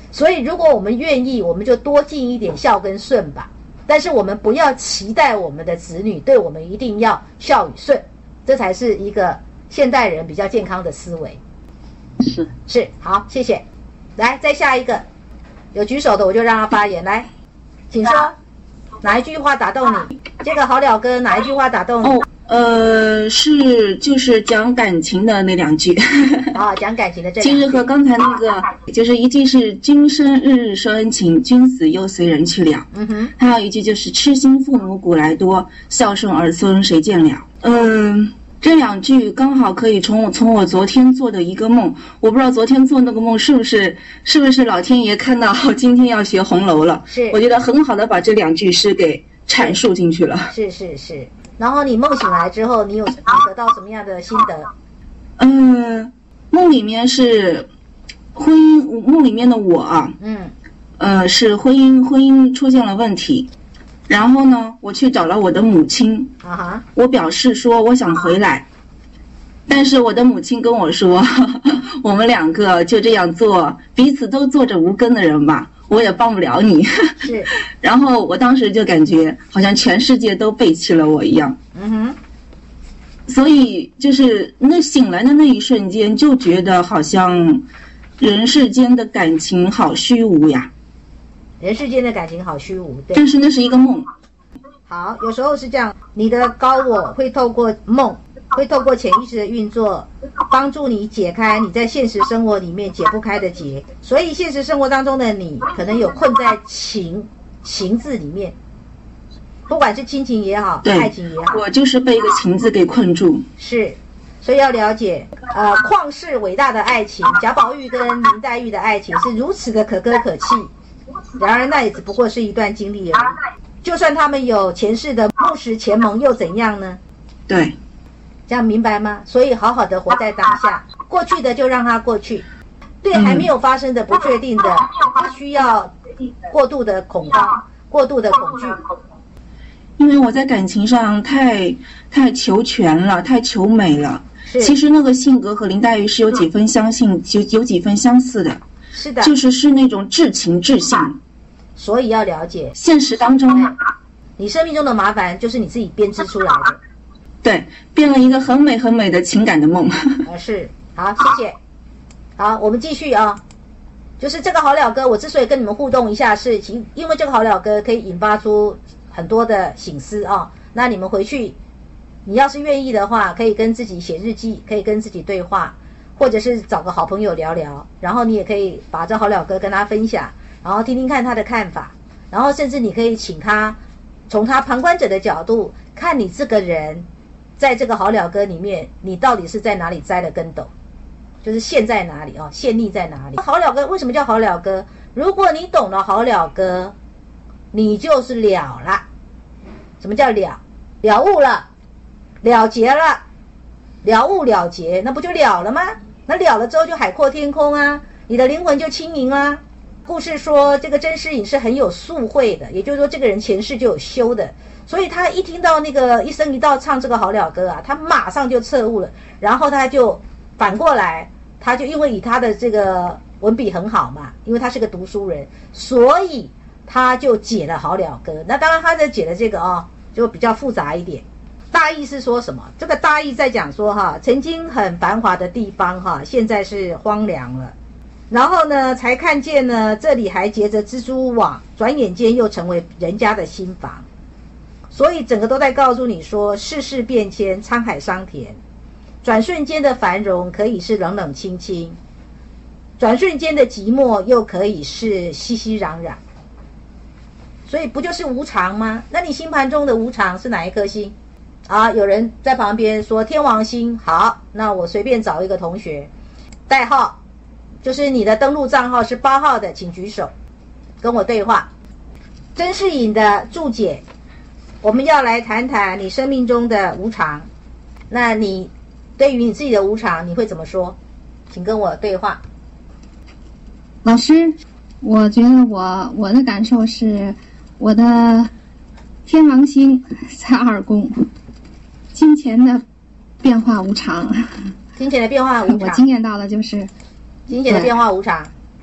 所以如果我们愿意，我们就多尽一点孝跟顺吧。但是我们不要期待我们的子女对我们一定要孝与顺，这才是一个现代人比较健康的思维。 是是，好，谢谢。来，再下一个，有举手的我就让他发言。来，请说，哪一句话打动你？这个好了哥，哪一句话打动你？ 哦，呃，是就是讲感情的那两句。 啊、哦，讲感情的这两句。 其实和刚才那个，就是一句是君生日日收恩情，君死又随人去了。 嗯哼。 还有一句就是痴心父母古来多，孝顺儿孙谁见了。嗯。这两句刚好可以从我从我昨天做的一个梦，我不知道昨天做那个梦是不是是不是老天爷看到今天要学红楼了， 是， 我觉得很好的把这两句诗给阐述进去了。 是是是。然后你梦醒来之后，你有你得到什么样的心得？ 嗯，梦里面是婚姻，梦里面的我啊， 嗯， 呃，是婚姻婚姻出现了问题。然后呢，我去找了我的母亲， 啊哈， 我表示说我想回来，但是我的母亲跟我说，呵呵我们两个就这样做，彼此都做着无根的人吧，我也帮不了你。 是。 然后我当时就感觉好像全世界都背弃了我一样。 嗯哼。 所以就是那醒来的那一瞬间，就觉得好像人世间的感情好虚无呀。 人世间的感情好虚无，对。 但是那是一个梦。 好，有时候是这样，你的高我会透过梦，会透过潜意识的运作，帮助你解开你在现实生活里面解不开的结。所以现实生活当中的你，可能有困在情情字里面，不管是亲情也好，爱情也好， 我就是被一个情字给困住。 是，所以要了解，呃，旷世伟大的爱情，贾宝玉跟林黛玉的爱情是如此的可歌可泣。然而那也只不过是一段经历而已，就算他们有前世的木石前盟又怎样呢？ 对， 这样明白吗？所以好好的活在当下，过去的就让它过去，对还没有发生的不确定的，不需要过度的恐慌，过度的恐惧。 因为我在感情上太太求全了，太求美了。其实那个性格和林黛玉是有几分相信，有有几分相似的。 是的， 就是是那种至情至性， 所以要了解现实当中， 你生命中的麻烦就是你自己编织出来的。 对，编了一个很美很美的情感的梦。 啊，是，好，谢谢。好，我们继续啊。就是这个好了歌，我之所以跟你们互动一下，是因为这个好了歌可以引发出很多的省思啊。那你们回去，你要是愿意的话，可以跟自己写日记，可以跟自己对话。或者是找个好朋友聊聊，然后你也可以把这好了歌跟他分享，然后听听看他的看法，然后甚至你可以请他从他旁观者的角度看你这个人在这个好了歌里面，你到底是在哪里栽了跟斗，就是陷在哪里啊，陷溺在哪里。好了歌为什么叫好了歌？如果你懂了好了歌，你就是了了。什么叫了？了悟了，了结了，了悟了结，那不就了了吗？那了了之后就海阔天空啊，你的灵魂就清明啊。故事说这个甄士隐是很有宿慧的，也就是说这个人前世就有修的，所以他一听到那个一生一道唱这个好了歌啊，他马上就彻悟了，然后他就反过来，他就因为以他的这个文笔很好嘛，因为他是个读书人，所以他就解了好了歌。那当然他的解的这个啊、哦，就比较复杂一点。大意是说什么？这个大意在讲说哈，曾经很繁华的地方哈，现在是荒凉了。然后呢，才看见呢，这里还结着蜘蛛网，转眼间又成为人家的新房。所以整个都在告诉你说，世事变迁，沧海桑田，转瞬间的繁荣可以是冷冷清清，转瞬间的寂寞又可以是熙熙攘攘。所以不就是无常吗？那你星盘中的无常是哪一颗星？啊，有人在旁边说天王星。好，那我随便找一个同学，代号就是你的登录账号是八号的，请举手跟我对话。甄士隐的注解，我们要来谈谈你生命中的无常。那你对于你自己的无常，你会怎么说？请跟我对话。 老师，我觉得我我的感受是，我的天王星在二宫。金钱的变化无常， 金钱的变化无常， 我经验到的就是金钱的变化无常。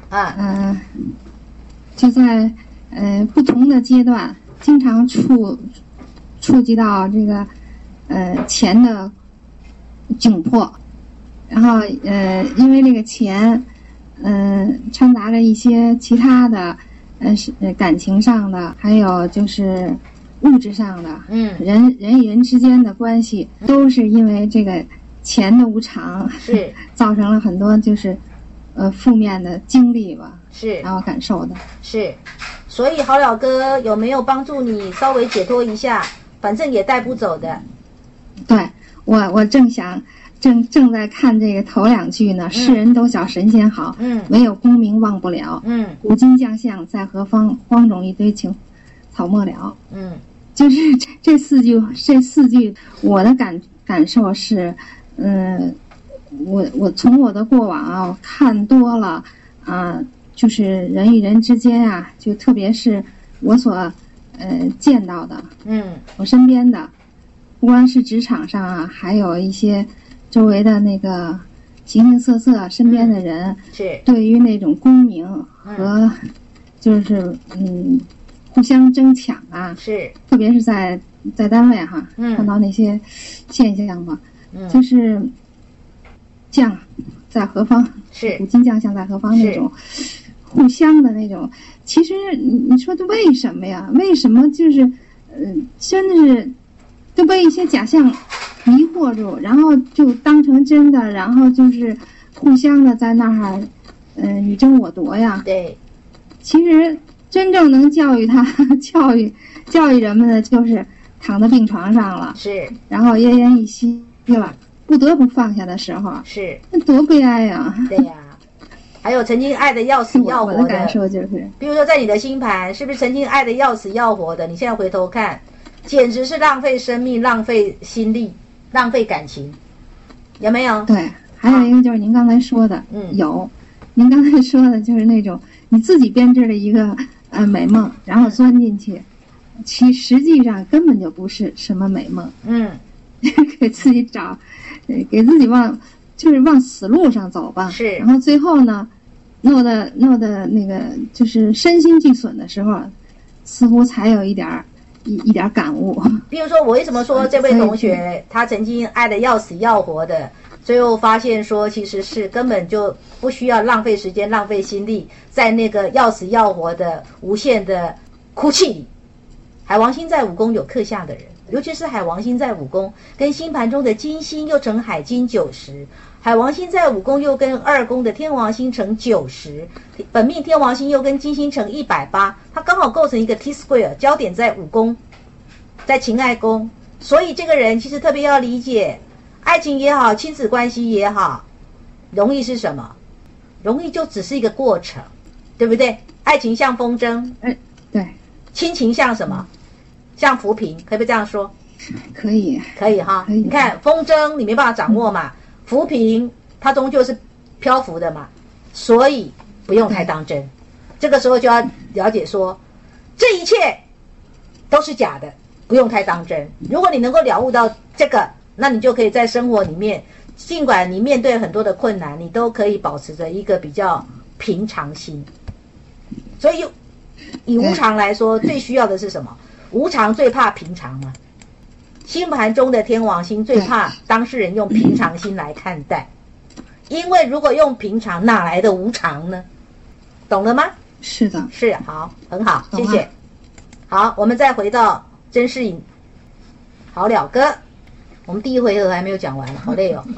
啊， 嗯、就在呃不同的阶段，经常触触及到这个呃钱的窘迫，然后呃因为这个钱，嗯、呃、掺杂着一些其他的呃是呃感情上的，还有就是物质上的， 嗯， 人人与人之间的关系，都是因为这个钱的无常， 是造成了很多就是呃负面的经历吧， 是然后感受的。 是，所以好了哥有没有帮助你稍微解脱一下？反正也带不走的。 对，我我正想正正在看这个头两句呢，世人都晓神仙好， 嗯唯有功名忘不了。 嗯古今将相在何方？荒冢一堆青草没了。 嗯就是这这四句，这四句我的感感受是，嗯，我我从我的过往啊，我看多了啊，就是人与人之间啊，就特别是我所呃见到的， 嗯我身边的，不光是职场上啊，还有一些周围的那个形形色色身边的人， 是对于那种功名和就是嗯互相争抢啊， 是特别是在在单位哈， 嗯看到那些现象嘛， 嗯就是将在何方， 是古今将相在何方那种互相的那种，其实你你说的为什么呀？为什么就是嗯、呃，真的是都被一些假象迷惑住，然后就当成真的，然后就是互相的在那儿嗯、呃、你争我夺呀。 对， 其实真正能教育他、教育教育人们的，就是躺在病床上了， 是然后奄奄一息了，不得不放下的时候， 是， 那多悲哀呀！ 对呀、还有曾经爱的要死要活的， 我的感受就是， 比如说在你的星盘，是不是曾经爱的要死要活的？你现在回头看，简直是浪费生命、浪费心力、浪费感情，有没有？ 对，还有一个就是您刚才说的， 嗯有，您刚才说的就是那种你自己编织了一个呃美梦，然后钻进去，其实际上根本就不是什么美梦， 嗯， 给自己找，呃给自己往就是往死路上走吧。 是然后最后呢，弄得弄得那个就是身心俱损的时候，似乎才有一点儿一一点儿感悟。 比如说我为什么说这位同学他曾经爱的要死要活的，最后发现说其实是根本就不需要浪费时间、浪费心力在那个要死要活的无限的哭泣里。海王星在五宫有克下的人，尤其是海王星在五宫跟星盘中的金星又成海金九十，海王星在五宫又跟二宫的天王星成九十，本命天王星又跟金星成一百八，它刚好构成一个 T square， 焦点在五宫，在情爱宫，所以这个人其实特别要理解，爱情也好，亲子关系也好，容易是什么？容易就只是一个过程，对不对？爱情像风筝， 哎，对， 亲情像什么？像浮萍，可不可以这样说？ 可以， 可以哈。 可以你看风筝你没办法掌握嘛，浮萍它终究是漂浮的嘛，所以不用太当真。这个时候就要了解说，这一切都是假的，不用太当真。如果你能够了悟到这个，那你就可以在生活里面，尽管你面对很多的困难，你都可以保持着一个比较平常心。所以以无常来说，最需要的是什么？无常最怕平常嘛。星盘中的天王星最怕当事人用平常心来看待，因为如果用平常，哪来的无常呢？懂了吗？ 是的， 是，好，很好，谢懂了谢。好，我们再回到甄士隐，好了哥，我们第一回合还没有讲完，好累哦。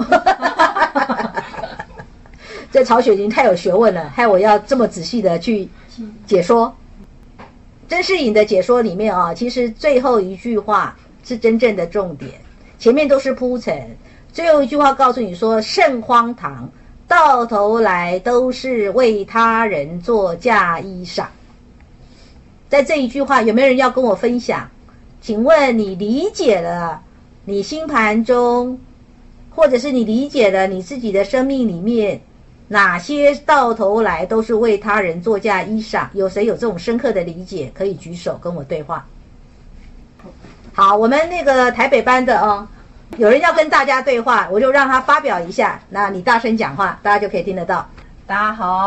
这曹雪芹太有学问了，害我要这么仔细的去解说。甄士隐的解说里面啊，其实最后一句话是真正的重点，前面都是铺陈，最后一句话告诉你说甚荒唐，到头来都是为他人做嫁衣裳。在这一句话，有没有人要跟我分享？请问你理解了你星盘中，或者是你理解了你自己的生命里面哪些到头来都是为他人做嫁衣裳？有谁有这种深刻的理解？可以举手跟我对话。好，我们那个台北班的哦，有人要跟大家对话，我就让他发表一下。那你大声讲话，大家就可以听得到。 大家好，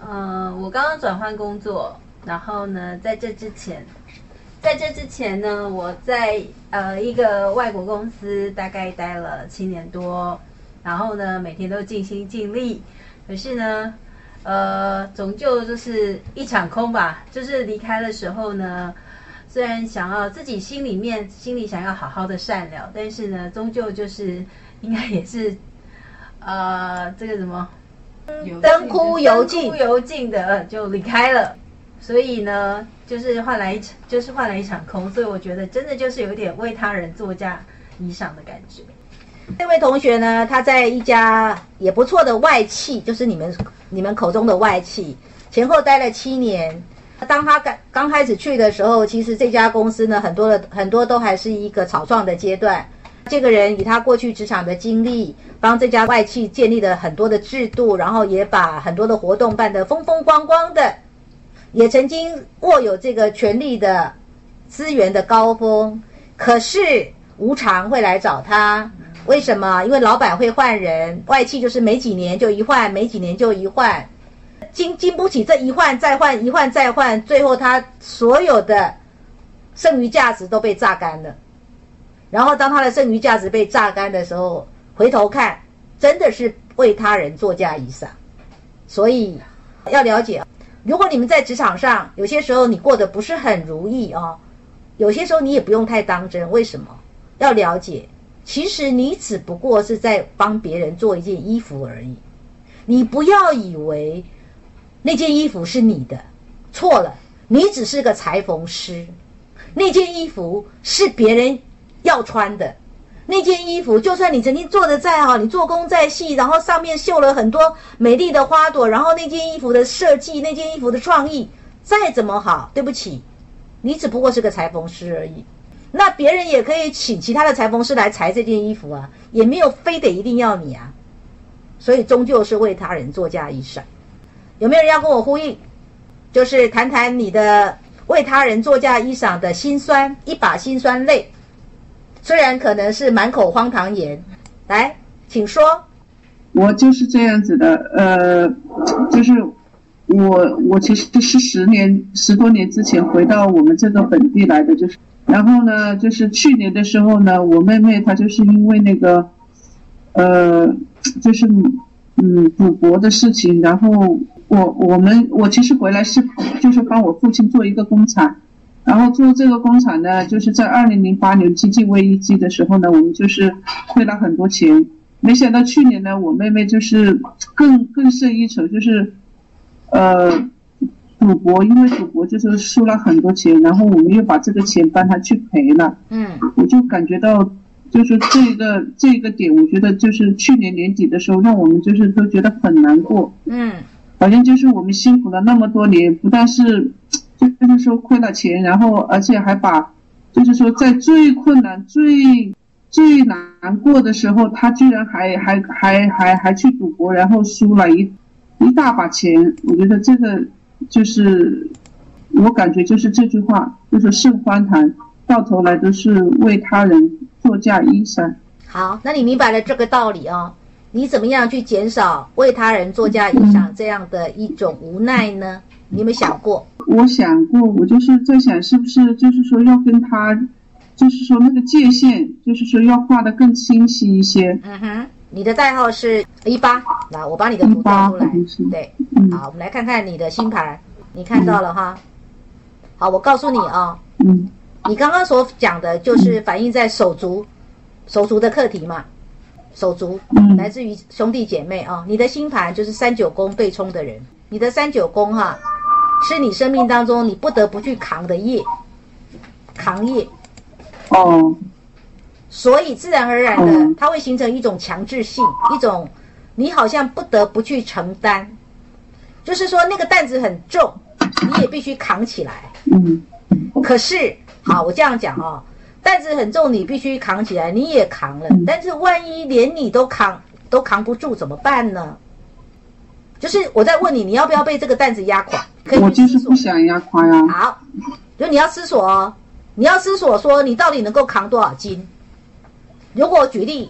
呃，我刚刚转换工作，然后呢，在这之前，在这之前呢，我在呃一个外国公司大概待了七年多，然后呢，每天都尽心尽力，可是呢，呃，终究就是一场空吧。就是离开的时候呢，虽然想要自己心里面心里想要好好的善了，但是呢，终究就是应该也是，呃，这个什么。灯枯油尽，灯枯油尽的就离开了，所以呢，就是换来一场，就是换来一场空，所以我觉得真的就是有点为他人作嫁衣裳的感觉。 这位同学呢，他在一家也不错的外企，就是你们你们口中的外企，前后待了七年。当他刚刚开始去的时候，其实这家公司呢，很多的很多都还是一个草创的阶段。这个人以他过去职场的经历，帮这家外企建立了很多的制度，然后也把很多的活动办得风风光光的，也曾经握有这个权力的资源的高峰。可是无常会来找他，为什么？因为老板会换人，外企就是没几年就一换，没几年就一换，经经不起这一换再换，一换再换，最后他所有的剩余价值都被榨干了。然后当他的剩余价值被榨干的时候，回头看，真的是为他人作嫁衣裳。所以要了解，如果你们在职场上有些时候你过得不是很如意哦，有些时候你也不用太当真。为什么？要了解，其实你只不过是在帮别人做一件衣服而已。你不要以为那件衣服是你的，错了，你只是个裁缝师，那件衣服是别人要穿的。那件衣服就算你曾经做得再好，你做工再细，然后上面绣了很多美丽的花朵，然后那件衣服的设计，那件衣服的创意再怎么好，对不起，你只不过是个裁缝师而已。那别人也可以请其他的裁缝师来裁这件衣服啊，也没有非得一定要你啊。所以终究是为他人作嫁衣裳。有没有人要跟我呼应？就是谈谈你的为他人作嫁衣裳的辛酸，一把辛酸泪，虽然可能是满口荒唐言。来，请说。 我就是这样子的，呃，就是我我其实是十年十多年之前回到我们这个本地来的，就是然后呢，就是去年的时候呢，我妹妹她就是因为那个，呃，就是嗯赌博的事情，然后我我们我其实回来是就是帮我父亲做一个工厂。然后做这个工厂呢，就是在二零零八年经济危机的时候呢，我们就是亏了很多钱。没想到去年呢，我妹妹就是更更胜一筹，就是呃赌博，因为赌博就是输了很多钱，然后我们又把这个钱帮她去赔了。嗯，我就感觉到就是这个这个点，我觉得就是去年年底的时候，让我们就是都觉得很难过。嗯，好像就是我们辛苦了那么多年，不但是就是说亏了钱，然后而且还把，就是说在最困难、最最难过的时候，他居然还还还还还去赌博，然后输了一一大把钱。我觉得这个就是，我感觉就是这句话，就是甚荒唐，到头来都是为他人作嫁衣裳。 好，那你明白了这个道理哦。你怎么样去减少为他人作嫁衣裳这样的一种无奈呢？你有没有想过？ 我想过，我就是在想，是不是就是说要跟他，就是说那个界限，就是说要画得更清晰一些。 嗯哼，你的代号是一八，来，我把你的图调出来。对，嗯，好，我们来看看你的星盘，你看到了哈。嗯、好，我告诉你啊、哦，嗯，你刚刚所讲的就是反映在手足，手足的课题嘛。手足来自于兄弟姐妹啊，你的星盘就是三九宫对冲的人，你的三九宫哈，是你生命当中你不得不去扛的业，扛业。哦，所以自然而然的，它会形成一种强制性，一种你好像不得不去承担，就是说那个担子很重，你也必须扛起来。嗯，可是好，我这样讲啊。担子很重，你必须扛起来，你也扛了。但是万一连你都扛都扛不住怎么办呢？就是我在问你，你要不要被这个担子压垮？可以我就是不想压垮呀。 好，就你要思索哦，你要思索说你到底能够扛多少斤。如果举例，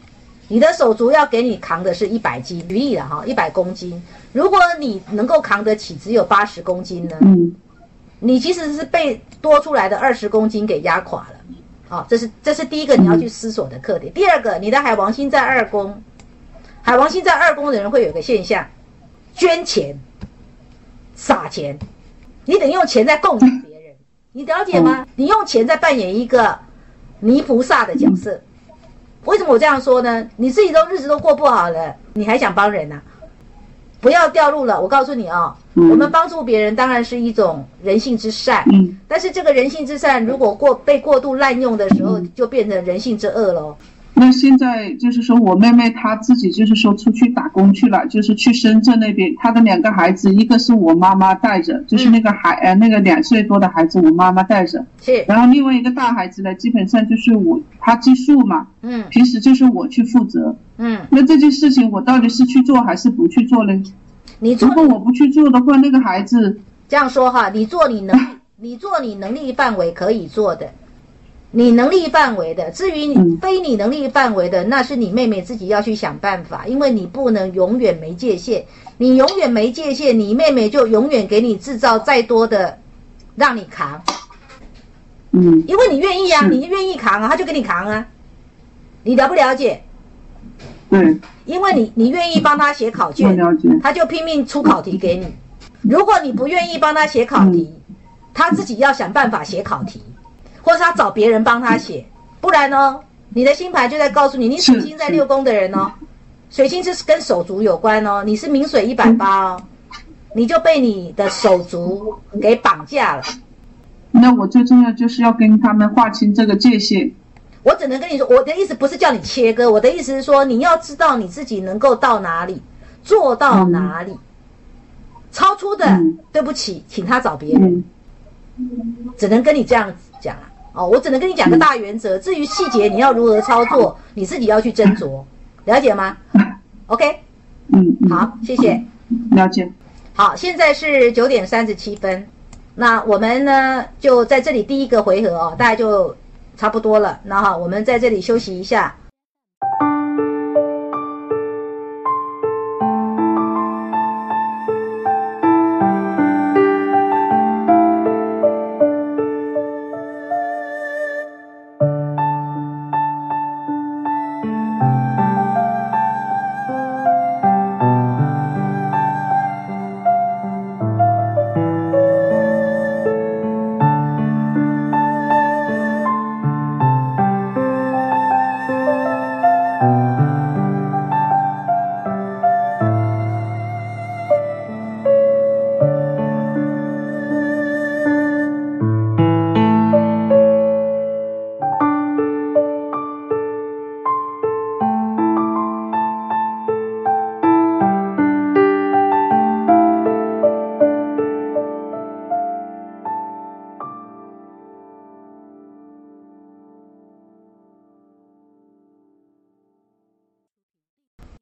你的手足要给你扛的是一百斤，举例了哈，一百公斤。如果你能够扛得起只有八十公斤呢， 嗯， 你其实是被多出来的二十公斤给压垮了。好，这是这是第一个你要去思索的课题。第二个，你的海王星在二宫，海王星在二宫的人会有个现象，捐钱、撒钱，你等于用钱在供养别人，你了解吗？你用钱在扮演一个泥菩萨的角色。为什么我这样说呢？你自己都日子都过不好了，你还想帮人啊？不要掉入了，我告诉你啊、哦，我们帮助别人当然是一种人性之善， 嗯， 但是这个人性之善如果过被过度滥用的时候，就变成人性之恶咯。 那现在就是说我妹妹她自己就是说出去打工去了，就是去深圳那边，她的两个孩子，一个是我妈妈带着，就是那个孩、嗯、呃那个两岁多的孩子我妈妈带着， 是， 然后另外一个大孩子呢，基本上就是我，他寄宿嘛， 嗯， 平时就是我去负责， 嗯， 那这件事情我到底是去做还是不去做呢？ 你做， 如果我不去做的话，那个孩子这样说哈，你做你能力，你做你能力范围可以做的。你能力范围的，至于你非你能力范围的，那是你妹妹自己要去想办法，因为你不能永远没界限，你永远没界限，你妹妹就永远给你制造再多的让你扛， 嗯， 因为你愿意啊，你愿意扛啊，他就给你扛啊，你了不了解？ 对， 因为你你愿意帮他写考卷，他就拼命出考题给你，如果你不愿意帮他写考题，嗯、他自己要想办法写考题。或者他找别人帮他写，不然哦，你的星盘就在告诉你，你水星在六宫的人哦，水星是跟手足有关哦，你是明水一百八哦，你就被你的手足给绑架了。 那我最重要就是要跟他们划清这个界限。 我只能跟你说，我的意思不是叫你切割，我的意思是说，你要知道你自己能够到哪里，做到哪里，嗯、超出的、嗯，对不起，请他找别人，嗯、只能跟你这样讲啊。哦，我只能跟你讲个大原则，至于细节你要如何操作，你自己要去斟酌，了解吗 ？OK， 嗯， 好，谢谢， 了解。 好，现在是九点三十七分，那我们呢就在这里第一个回合哦，大概就差不多了。那哈，我们在这里休息一下，